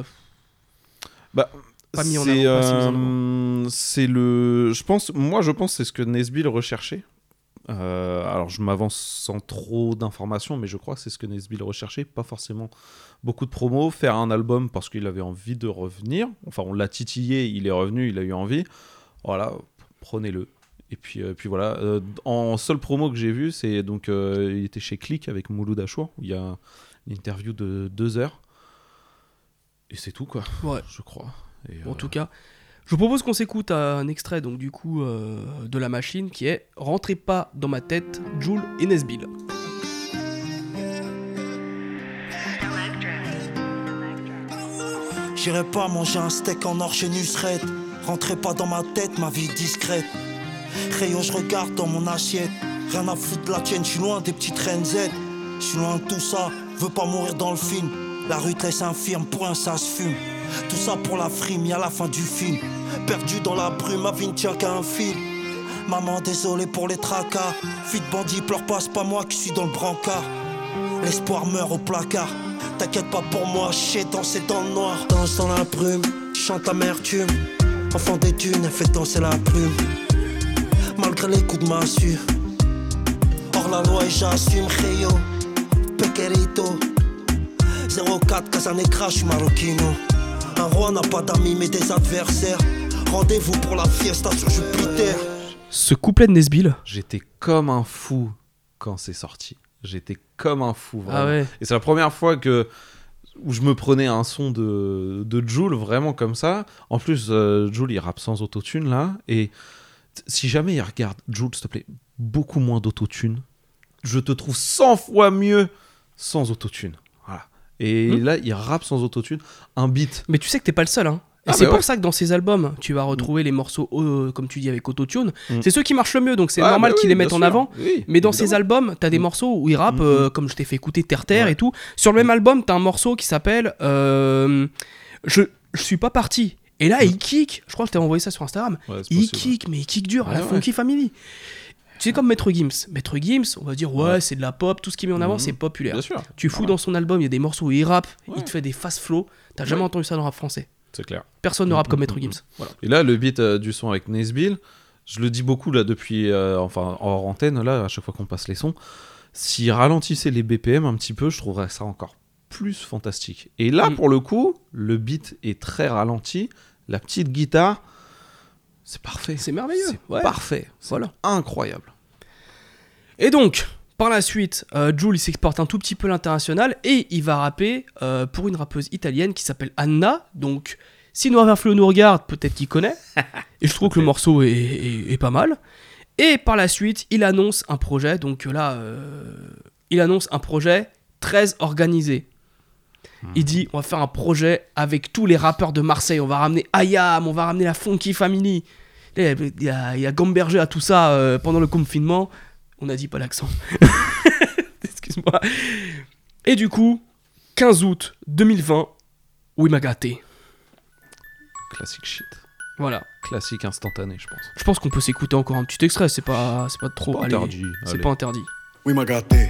Pas mis en avant. C'est le. Je pense que c'est ce que Nesbill recherchait. Alors je m'avance sans trop d'informations, mais je crois que c'est ce que Nesbill recherchait, pas forcément beaucoup de promos, faire un album parce qu'il avait envie de revenir, enfin on l'a titillé, il est revenu, il a eu envie, voilà, prenez-le. Et puis voilà, en seule promo que j'ai vu, c'est donc il était chez Click avec Mouloud Achour, où il y a une interview de 2 heures, et c'est tout quoi, je crois. Et, en tout cas, je vous propose qu'on s'écoute un extrait donc du coup de La Machine qui est « Rentrez pas dans ma tête, Jul et Nesbill ». J'irai pas manger un steak en or chez Nusret. Rentrez pas dans ma tête, ma vie discrète. Rayon, je regarde dans mon assiette. Rien à foutre de la tienne, je suis loin des petites reines Z. Je suis loin de tout ça, veux pas mourir dans le film. La rue te laisse infirme, pour un ça se fume. Tout ça pour la frime, y'a la fin du film. Perdu dans la brume, ma vie ne tient qu'à un fil. Maman, désolé pour les tracas. Fille de bandit, pleure pas, c'est pas moi qui suis dans le brancard. L'espoir meurt au placard. T'inquiète pas pour moi, j'ai dansé dans le noir. Danse dans la brume, chante l'amertume. Enfant des dunes, elle fait danser la plume. Malgré les coups de massue, hors la loi et j'assume. Rio, Pequerito 04, Casanegra, j'suis maroquino. Un roi n'a pas d'amis mais des adversaires. Rendez-vous pour la fiesta sur Jupiter. Ce couplet de Nesbill, j'étais comme un fou quand c'est sorti. J'étais comme un fou, vraiment. Ah ouais. Et c'est la première fois où je me prenais un son de Jul, vraiment comme ça. En plus, Jul, il rappe sans autotune, là. Et si jamais il regarde, Jul, s'il te plaît, beaucoup moins d'autotune. Je te trouve 100 fois mieux sans autotune. Voilà. Et là, il rappe sans autotune. Un beat. Mais tu sais que t'es pas le seul, hein. Et c'est pour ça que dans ces albums, tu vas retrouver les morceaux, comme tu dis, avec autotune. C'est ceux qui marchent le mieux, donc c'est normal qu'ils les mettent en avant. Oui, mais dans ces albums, t'as des morceaux où ils rappent, comme je t'ai fait écouter Terre et tout. Sur le même album, t'as un morceau qui s'appelle je suis pas parti. Et là, il kick. Je crois que je t'ai envoyé ça sur Instagram. Il kick, mais il kick dur à la Funky Family. Tu sais, comme Maître Gims. Maître Gims, on va dire, c'est de la pop, tout ce qu'il met en avant, c'est populaire. Bien sûr. Tu fous dans son album, il y a des morceaux où il rappe, il te fait des fast flow. T'as jamais entendu ça dans le rap français. C'est clair. Personne ne rappe comme Maître Gims. Voilà. Et là, le beat du son avec Nesbill, je le dis beaucoup là depuis, enfin hors antenne, là, à chaque fois qu'on passe les sons, s'il ralentissait les BPM un petit peu, je trouverais ça encore plus fantastique. Et là, pour le coup, le beat est très ralenti, la petite guitare, C'est parfait. C'est merveilleux. C'est parfait. Voilà. Incroyable. Et donc, par la suite, Jul il s'exporte un tout petit peu à l'international et il va rapper pour une rappeuse italienne qui s'appelle Anna. Donc, si Noir Verflo nous regarde, peut-être qu'il connaît. Et je trouve que le morceau est pas mal. Et par la suite, il annonce un projet. Donc là, il annonce un projet très organisé. Il dit, on va faire un projet avec tous les rappeurs de Marseille. On va ramener Ayam, on va ramener la Funky Family. Il y a Gamberger à tout ça pendant le confinement. On n'a dit pas l'accent. Excuse-moi. Et du coup, 15 août 2020, Oui m'a gâté. Classique shit. Voilà. Classique instantané, je pense. Je pense qu'on peut s'écouter encore un petit extrait. C'est pas trop. Pas interdit. C'est Allez. pas interdit. Oui m'a gâté.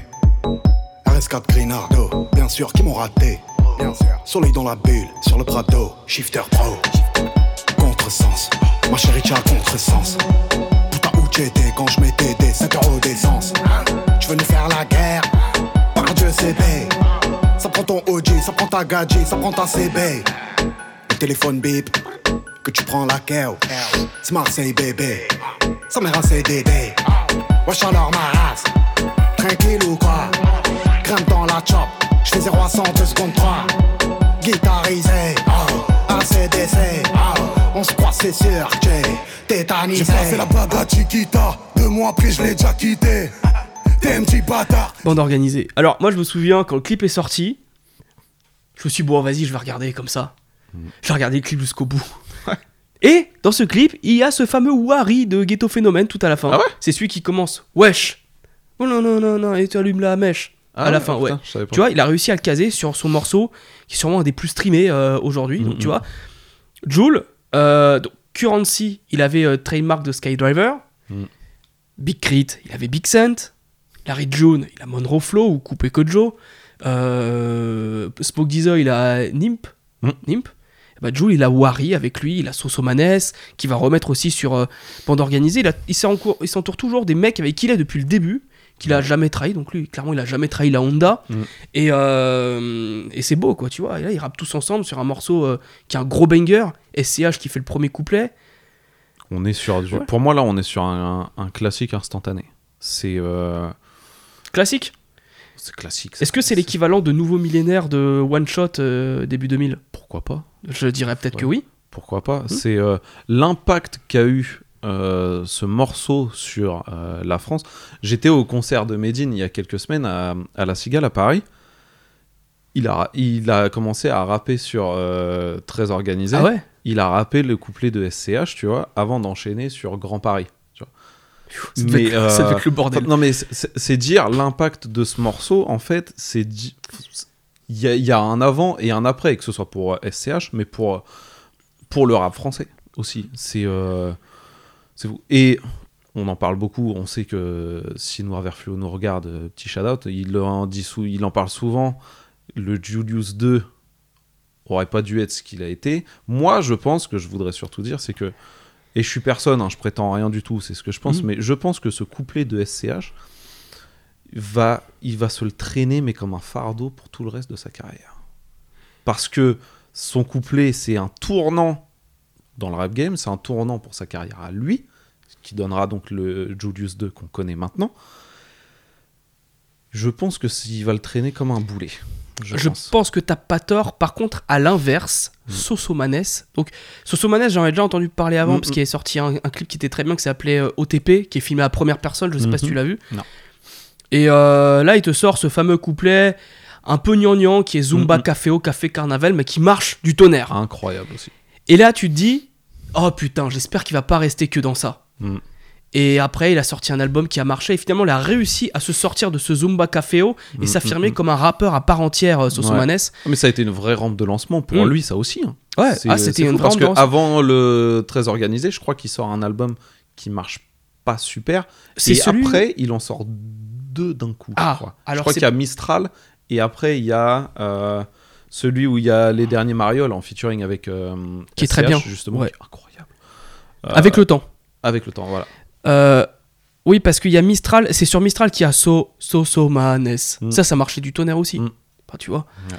RS4 Grinardo, bien sûr qui m'ont raté. Bien sûr. Soleil dans la bulle, sur le Prado, Shifter Pro. Contresens, ma chérie t'as contresens. Putain où t'étais quand je mettais des 7 € d'essence. Tu veux nous faire la guerre, par Dieu CB. Ça prend ton OG, ça prend ta gadget, ça prend ta CB. Le téléphone bip, que tu prends la KO. C'est Marseille bébé, ça m'est un CDD. Wesh alors ma race, tranquille ou quoi? Grimpe dans la chop, j'fais 0 à 100, 2 secondes 3. Guitarisé, ACDC, on se croit c'est sûr, j'ai tétanisé. J'ai passé la baba Chiquita, 2 mois après je l'ai déjà quitté. T'es un petit bâtard. Bande organisée. Alors, moi, je me souviens, quand le clip est sorti, je me suis dit, bon, vas-y, je vais regarder comme ça. J'ai regardé le clip jusqu'au bout. Et dans ce clip, il y a ce fameux Wari de Ghetto Phénomène tout à la fin. Ah ouais? C'est celui qui commence, wesh. Oh non, non, non, non, et tu allumes la mèche. À la fin, putain, ouais. je savais pas. Tu vois, il a réussi à le caser sur son morceau, qui est sûrement un des plus streamés aujourd'hui. Donc, tu vois, Jul, donc, Currency, il avait Trademark de Skydriver. Big Crit, il avait Big Scent. Larry June, il a Monroe Flow ou Coupé Kojo. Spoke Diesel, il a Nimp. Nimp. Et bah, Jul, il a Wari avec lui, il a Sosomanes, qui va remettre aussi sur Bande Organisée. Il s'entoure toujours des mecs avec qui il est depuis le début, qu'il a jamais trahi. Donc lui, clairement, il a jamais trahi la Honda. Et c'est beau, quoi, tu vois. Et là, ils rappent tous ensemble sur un morceau qui est un gros banger. SCH qui fait le premier couplet. On est sur du... Ouais. Pour moi, là, on est sur un classique instantané. C'est Classique. c'est classique. Est-ce que c'est l'équivalent de Nouveau Millénaire de One Shot début 2000 ? Pourquoi pas? Je dirais peut-être que oui. Pourquoi pas? C'est l'impact qu'a eu ce morceau sur la France. J'étais au concert de Medine il y a quelques semaines à La Cigale à Paris. Il a commencé à rapper sur Très Organisé. Ah ouais. Il a rappé le couplet de SCH, tu vois, avant d'enchaîner sur Grand Paris. Tu vois. Ça devait être le bordel. Non mais c'est dire l'impact de ce morceau, en fait, il y a un avant et un après, que ce soit pour SCH, mais pour le rap français aussi. C'est fou. Et on en parle beaucoup, on sait que si Noir Verflo nous regarde, petit shout-out, il en parle souvent, le Julius 2 aurait pas dû être ce qu'il a été. Moi, je pense que je voudrais surtout dire, c'est que, et je suis personne, hein, je prétends rien du tout, c'est ce que je pense, mais je pense que ce couplet de SCH, il va se le traîner, mais comme un fardeau pour tout le reste de sa carrière. Parce que son couplet, c'est un tournant dans le rap game, c'est un tournant pour sa carrière à lui, qui donnera donc le Julius 2 qu'on connaît maintenant. Je pense que il va le traîner comme un boulet. Je pense que t'as pas tort. Par contre, à l'inverse, Sosomanes. Donc, Sosomanes, j'en ai déjà entendu parler avant, parce qu'il est sorti un clip qui était très bien, qui s'appelait OTP, qui est filmé à première personne. Je sais pas si tu l'as vu. Non. Et là, il te sort ce fameux couplet un peu gnangnan, qui est Zumba Caféo, Café Carnaval, mais qui marche du tonnerre. Incroyable aussi. Et là, tu te dis, oh putain, j'espère qu'il va pas rester que dans ça. Et après, il a sorti un album qui a marché. Et finalement, il a réussi à se sortir de ce Zumba Caféo et s'affirmer comme un rappeur à part entière, Sosomanes. Ouais. Mais ça a été une vraie rampe de lancement pour lui, ça aussi. Hein. Ouais, c'était une vraie parce rampe de lancement. qu'avant le Très Organisé, je crois qu'il sort un album qui marche pas super. Et après, il en sort 2 d'un coup. Je crois. Alors je crois qu'il y a Mistral et après, il y a celui où il y a Les Derniers Marioles en featuring avec qui est très bien, justement, ouais. qui est incroyable. Avec le temps. Avec le temps, voilà. Oui, parce qu'il y a Mistral, c'est sur Mistral qu'il y a Sosomanes. Ça marchait du tonnerre aussi. Enfin, tu vois.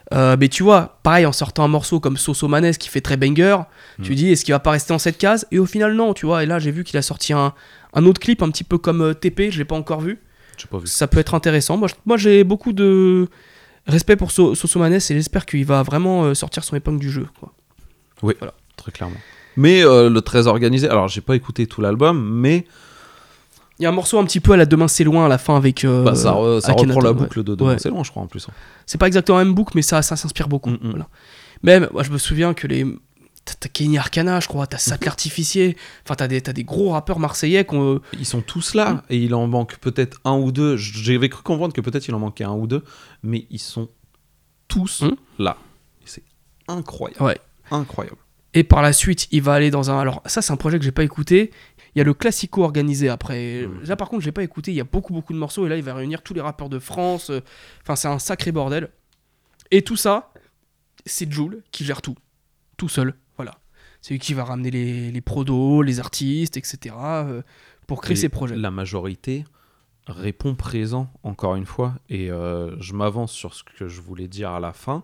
Mais tu vois, pareil, en sortant un morceau comme Sosomanes qui fait très banger, tu dis, est-ce qu'il va pas rester dans cette case? Et au final, non, tu vois. Et là, j'ai vu qu'il a sorti un autre clip, un petit peu comme TP, je l'ai pas encore vu. J'ai pas vu. Ça peut être intéressant. Moi j'ai beaucoup de respect pour Sosomanes et j'espère qu'il va vraiment sortir son épingle du jeu, quoi. Oui, Voilà. très clairement. Mais le très organisé, alors j'ai pas écouté tout l'album, mais Il y a un morceau un petit peu à la Demain c'est loin à la fin avec. ça reprend Akhenaton, la boucle de Demain Ouais. c'est loin, je crois, en plus. C'est pas exactement la même boucle, mais ça s'inspire beaucoup. Voilà. Même, moi je me souviens que t'as Kenny Arcana, je crois, t'as Sac l'Artificier, enfin t'as des gros rappeurs marseillais qu'on. Ils sont tous là, et il en manque peut-être un ou deux. J'avais cru comprendre que peut-être il en manquait un ou deux, mais ils sont tous là. Et c'est incroyable. Ouais. Incroyable. Et par la suite, il va aller dans un. Alors, ça, c'est un projet que j'ai pas écouté. Il y a le Classico organisé après. Là, par contre, j'ai pas écouté. Il y a beaucoup de morceaux. Et là, il va réunir tous les rappeurs de France. Enfin, c'est un sacré bordel. Et tout ça, c'est Jul qui gère tout. Tout seul. Voilà. C'est lui qui va ramener les prodos, les artistes, etc. Pour créer Et ses projets. la majorité répond présent, encore une fois. Et je m'avance sur ce que je voulais dire à la fin.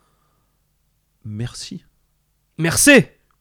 Merci. Merci!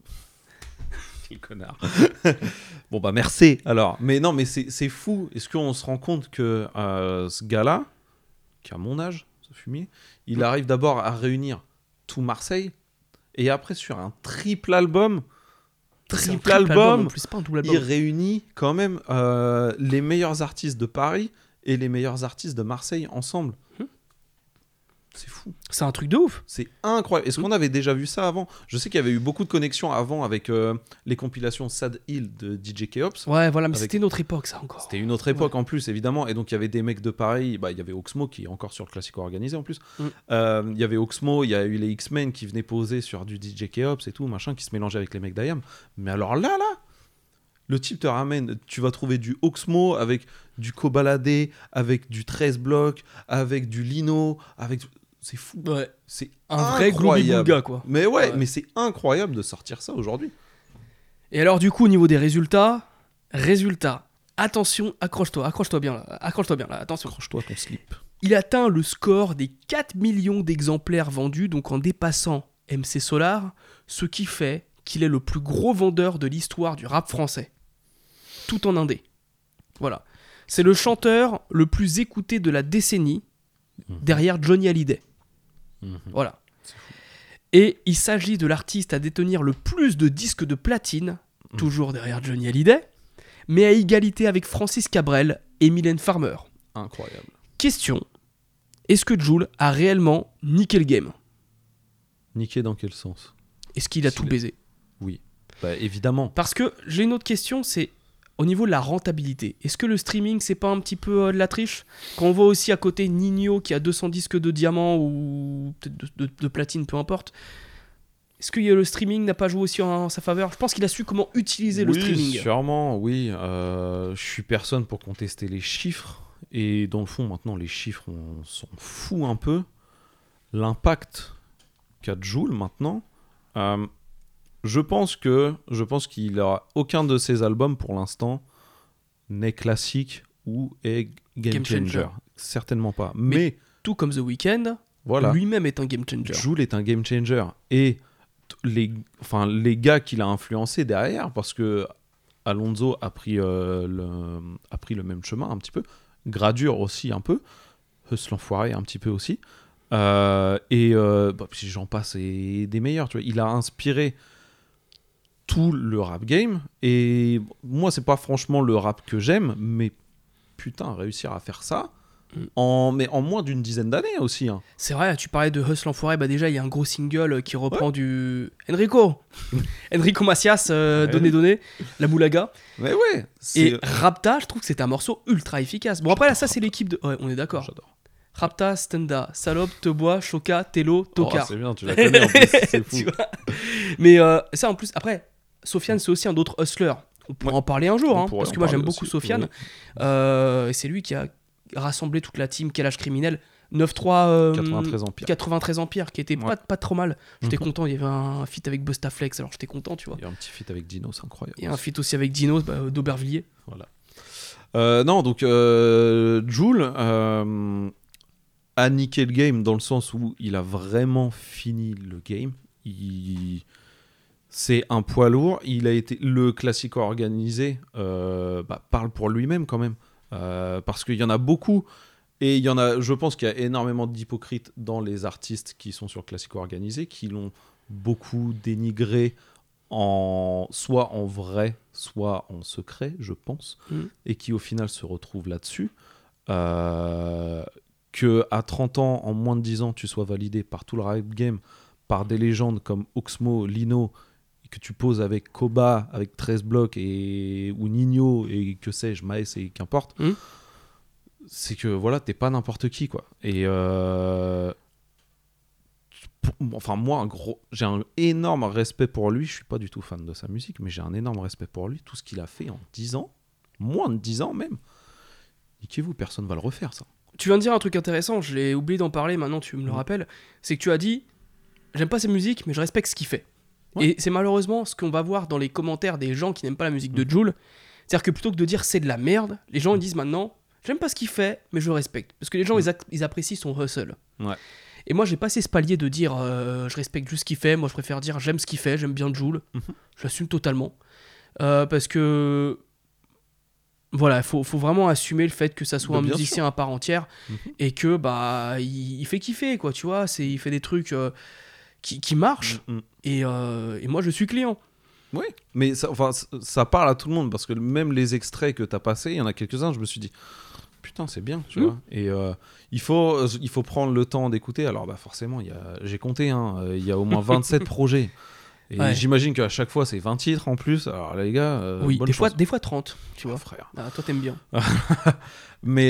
Quel connard. Bon bah merci alors. Mais non, mais c'est fou. Est-ce qu'on se rend compte que ce gars-là, qui a mon âge, ce fumier, il arrive d'abord à réunir tout Marseille et après sur un triple album, C'est un album, en plus, c'est pas un double album. il réunit quand même les meilleurs artistes de Paris et les meilleurs artistes de Marseille ensemble. C'est fou. C'est un truc de ouf. C'est incroyable. Est-ce qu'on avait déjà vu ça avant? Je sais qu'il y avait eu beaucoup de connexions avant avec les compilations Sad Hill de DJ Keops. Ouais, voilà, mais Avec- c'était une autre époque, ça encore. C'était une autre époque en plus, évidemment. Et donc, il y avait des mecs de Paris. Bah, il y avait Oxmo qui est encore sur le Classico organisé en plus. Il y avait Oxmo, il y a eu les X-Men qui venaient poser sur du DJ Keops et tout, machin, qui se mélangeaient avec les mecs d'IAM. Mais alors là, le type te ramène, tu vas trouver du Oxmo avec du Cobaladé, avec du 13 blocs, avec du Lino, avec. C'est fou. Ouais. C'est Un vrai incroyable. Glooby quoi. Mais ouais, Ouais. mais c'est incroyable de sortir ça aujourd'hui. Et alors, du coup, au niveau des résultats, attention, accroche-toi bien là, attention. Accroche-toi ton slip. Il atteint le score des 4 millions d'exemplaires vendus, donc en dépassant MC Solar, ce qui fait qu'il est le plus gros vendeur de l'histoire du rap français. Tout en indé. Voilà. C'est le chanteur le plus écouté de la décennie, derrière Johnny Hallyday. Voilà. Et il s'agit de l'artiste à détenir le plus de disques de platine, toujours derrière Johnny Hallyday, mais à égalité avec Francis Cabrel et Mylène Farmer. Incroyable. Question, est-ce que Jul a réellement niqué le game? Niqué dans quel sens? Est-ce qu'il a S'il tout est- baisé? Oui. Bah, évidemment. Parce que j'ai une autre question, c'est au niveau de la rentabilité. Est-ce que le streaming, c'est pas un petit peu de la triche? Quand on voit aussi à côté Nino qui a 200 disques de diamant ou peut-être de platine, peu importe. Est-ce que le streaming n'a pas joué aussi en sa faveur? Je pense qu'il a su comment utiliser le Oui, streaming. sûrement, oui. Je suis personne pour contester les chiffres. Et dans le fond, maintenant, les chiffres, on s'en fout un peu. L'impact qu'a Jul maintenant, je pense qu'il aura aucun de ses albums pour l'instant n'est classique ou est game changer. Certainement pas. Mais Tout comme The Weeknd, voilà. lui-même est un game changer. Jul est un game changer. Et les gars qu'il a influencés derrière, parce que Alonso a pris le même chemin un petit peu, Gradure aussi un peu, Hustle l'Enfoiré un petit peu aussi, puis j'en passe et des meilleurs. Tu vois. Il a inspiré tout le rap game, et moi c'est pas franchement le rap que j'aime, mais putain, réussir à faire ça en moins d'une dizaine d'années aussi. Hein. C'est vrai, tu parlais de Hustle l'Enfoiré, bah déjà il y a un gros single qui reprend du Enrico Macias, Donné, La Moulaga. Mais ouais, Et Rapta, je trouve que c'est un morceau ultra efficace. Bon après là ça c'est l'équipe de... Ouais, on est d'accord. J'adore. Rapta, Stenda, Salope, Tebois, Choca, Tello, Tokar. Oh, c'est bien, tu la connais en plus, c'est fou. Tu vois. Mais ça en plus, après, Sofiane c'est aussi un autre hustler. On pourra en parler un jour, On hein, pourrait parce en que moi j'aime parler beaucoup aussi, Sofiane. oui. Et c'est lui qui a rassemblé toute la team Quel âge criminel 9-3 93 Empire. 93 Empire qui était Ouais. pas trop mal. J'étais content, il y avait un feat avec Bustaflex, alors j'étais content, tu vois. Il y a un petit feat avec Dino, c'est incroyable. Et un feat aussi avec Dino d'Aubervilliers. Voilà. Non, donc Jul, a niqué le game dans le sens où il a vraiment fini le game. C'est un poids lourd. Il a été le classico organisé. Parle pour lui-même quand même, parce qu'il y en a beaucoup. Et il y en a, je pense qu'il y a énormément d'hypocrites dans les artistes qui sont sur classico organisé, qui l'ont beaucoup dénigré soit en vrai, soit en secret, je pense, et qui au final se retrouvent là-dessus. Que à 30 ans, en moins de 10 ans, tu sois validé par tout le rap game, par des légendes comme Oxmo, Lino, et que tu poses avec Koba, avec 13 blocs, ou Nino, et que sais-je, Maes, et qu'importe, c'est que voilà, t'es pas n'importe qui, quoi. Et moi, j'ai un énorme respect pour lui. Je suis pas du tout fan de sa musique, mais j'ai un énorme respect pour lui. Tout ce qu'il a fait en 10 ans, moins de 10 ans même. Niquez-vous, personne va le refaire, ça. Tu viens de dire un truc intéressant, je l'ai oublié d'en parler, maintenant tu me le rappelles. C'est que tu as dit, j'aime pas ses musiques, mais je respecte ce qu'il fait. Ouais. Et c'est malheureusement ce qu'on va voir dans les commentaires des gens qui n'aiment pas la musique de Jul. C'est-à-dire que plutôt que de dire c'est de la merde, les gens ils disent maintenant, j'aime pas ce qu'il fait, mais je le respecte. Parce que les gens ils apprécient son hustle. Ouais. Et moi j'ai passé ce palier de dire je respecte juste ce qu'il fait. Moi je préfère dire j'aime ce qu'il fait, j'aime bien Jul. Je l'assume totalement. Parce que voilà, il faut vraiment assumer le fait que ça soit un musicien à part entière et que il fait kiffer, quoi, tu vois. Il fait des trucs qui marchent et moi je suis client. Oui, mais ça parle à tout le monde parce que même les extraits que t'as passés, il y en a quelques-uns, je me suis dit putain, c'est bien, tu vois. Et il faut prendre le temps d'écouter. Alors forcément, j'ai compté, il y a au moins 27 projets. Et j'imagine qu'à chaque fois c'est 20 titres en plus. Alors les gars, oui, des fois 30, tu vois, frère. Ah, toi t'aimes bien. Mais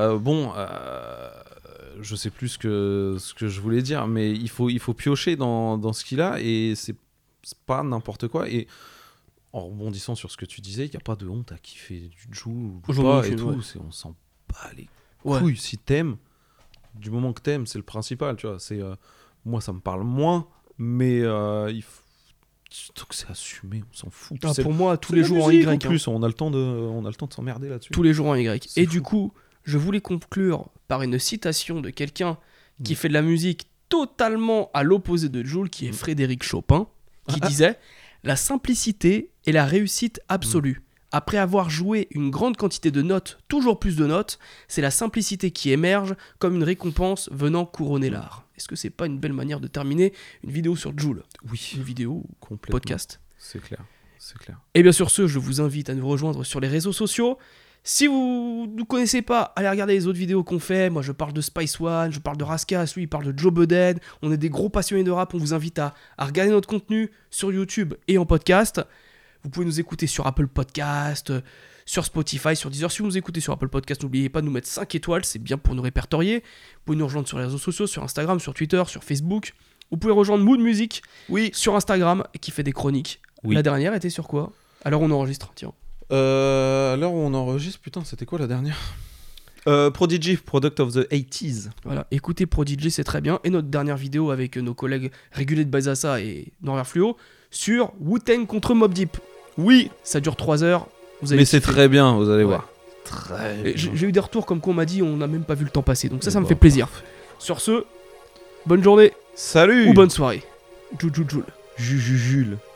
je sais plus ce que je voulais dire, mais il faut piocher dans ce qu'il a et c'est pas n'importe quoi. Et en rebondissant sur ce que tu disais, il n'y a pas de honte à kiffer du Jul ou pas et tout. On s'en bat les couilles. Si t'aimes, du moment que t'aimes, c'est le principal, tu vois. Moi ça me parle moins, mais il faut. Donc c'est assumé, on s'en fout. Pour moi, tous les jours en Y. En plus, on a le temps de s'emmerder là-dessus. Tous les jours en Y. Et du coup, je voulais conclure par une citation de quelqu'un qui fait de la musique totalement à l'opposé de Jul, qui est Frédéric Chopin, qui disait « La simplicité est la réussite absolue. Après avoir joué une grande quantité de notes, toujours plus de notes, c'est la simplicité qui émerge comme une récompense venant couronner l'art. » Est-ce que c'est pas une belle manière de terminer une vidéo sur Jul ? Oui. Une vidéo podcast. C'est clair. Et bien sur ce, je vous invite à nous rejoindre sur les réseaux sociaux. Si vous ne nous connaissez pas, allez regarder les autres vidéos qu'on fait. Moi, je parle de Spice One, je parle de Raskas, lui, il parle de Joe Budden. On est des gros passionnés de rap. On vous invite à regarder notre contenu sur YouTube et en podcast. Vous pouvez nous écouter sur Apple Podcast, sur Spotify, sur Deezer. Si vous nous écoutez sur Apple Podcast, n'oubliez pas de nous mettre 5 étoiles, c'est bien pour nous répertorier. Vous pouvez nous rejoindre sur les réseaux sociaux, sur Instagram, sur Twitter, sur Facebook. Vous pouvez rejoindre Mood Music sur Instagram, qui fait des chroniques. La dernière était sur quoi ? Alors on enregistre, tiens. Alors on enregistre, putain, c'était quoi la dernière ? Prodigy, Product of the 80s. Voilà, écoutez Prodigy, c'est très bien. Et notre dernière vidéo avec nos collègues Régulé de Bazassa et Norbert Fluo sur Wu-Tang contre Mobb Deep. Oui, ça dure 3 heures. Mais c'est très bien, vous allez voir. Très bien. J'ai eu des retours comme quoi on m'a dit on n'a même pas vu le temps passer. Donc ça me fait plaisir. Sur ce, bonne journée. Salut. Ou bonne soirée. Jules. Jules.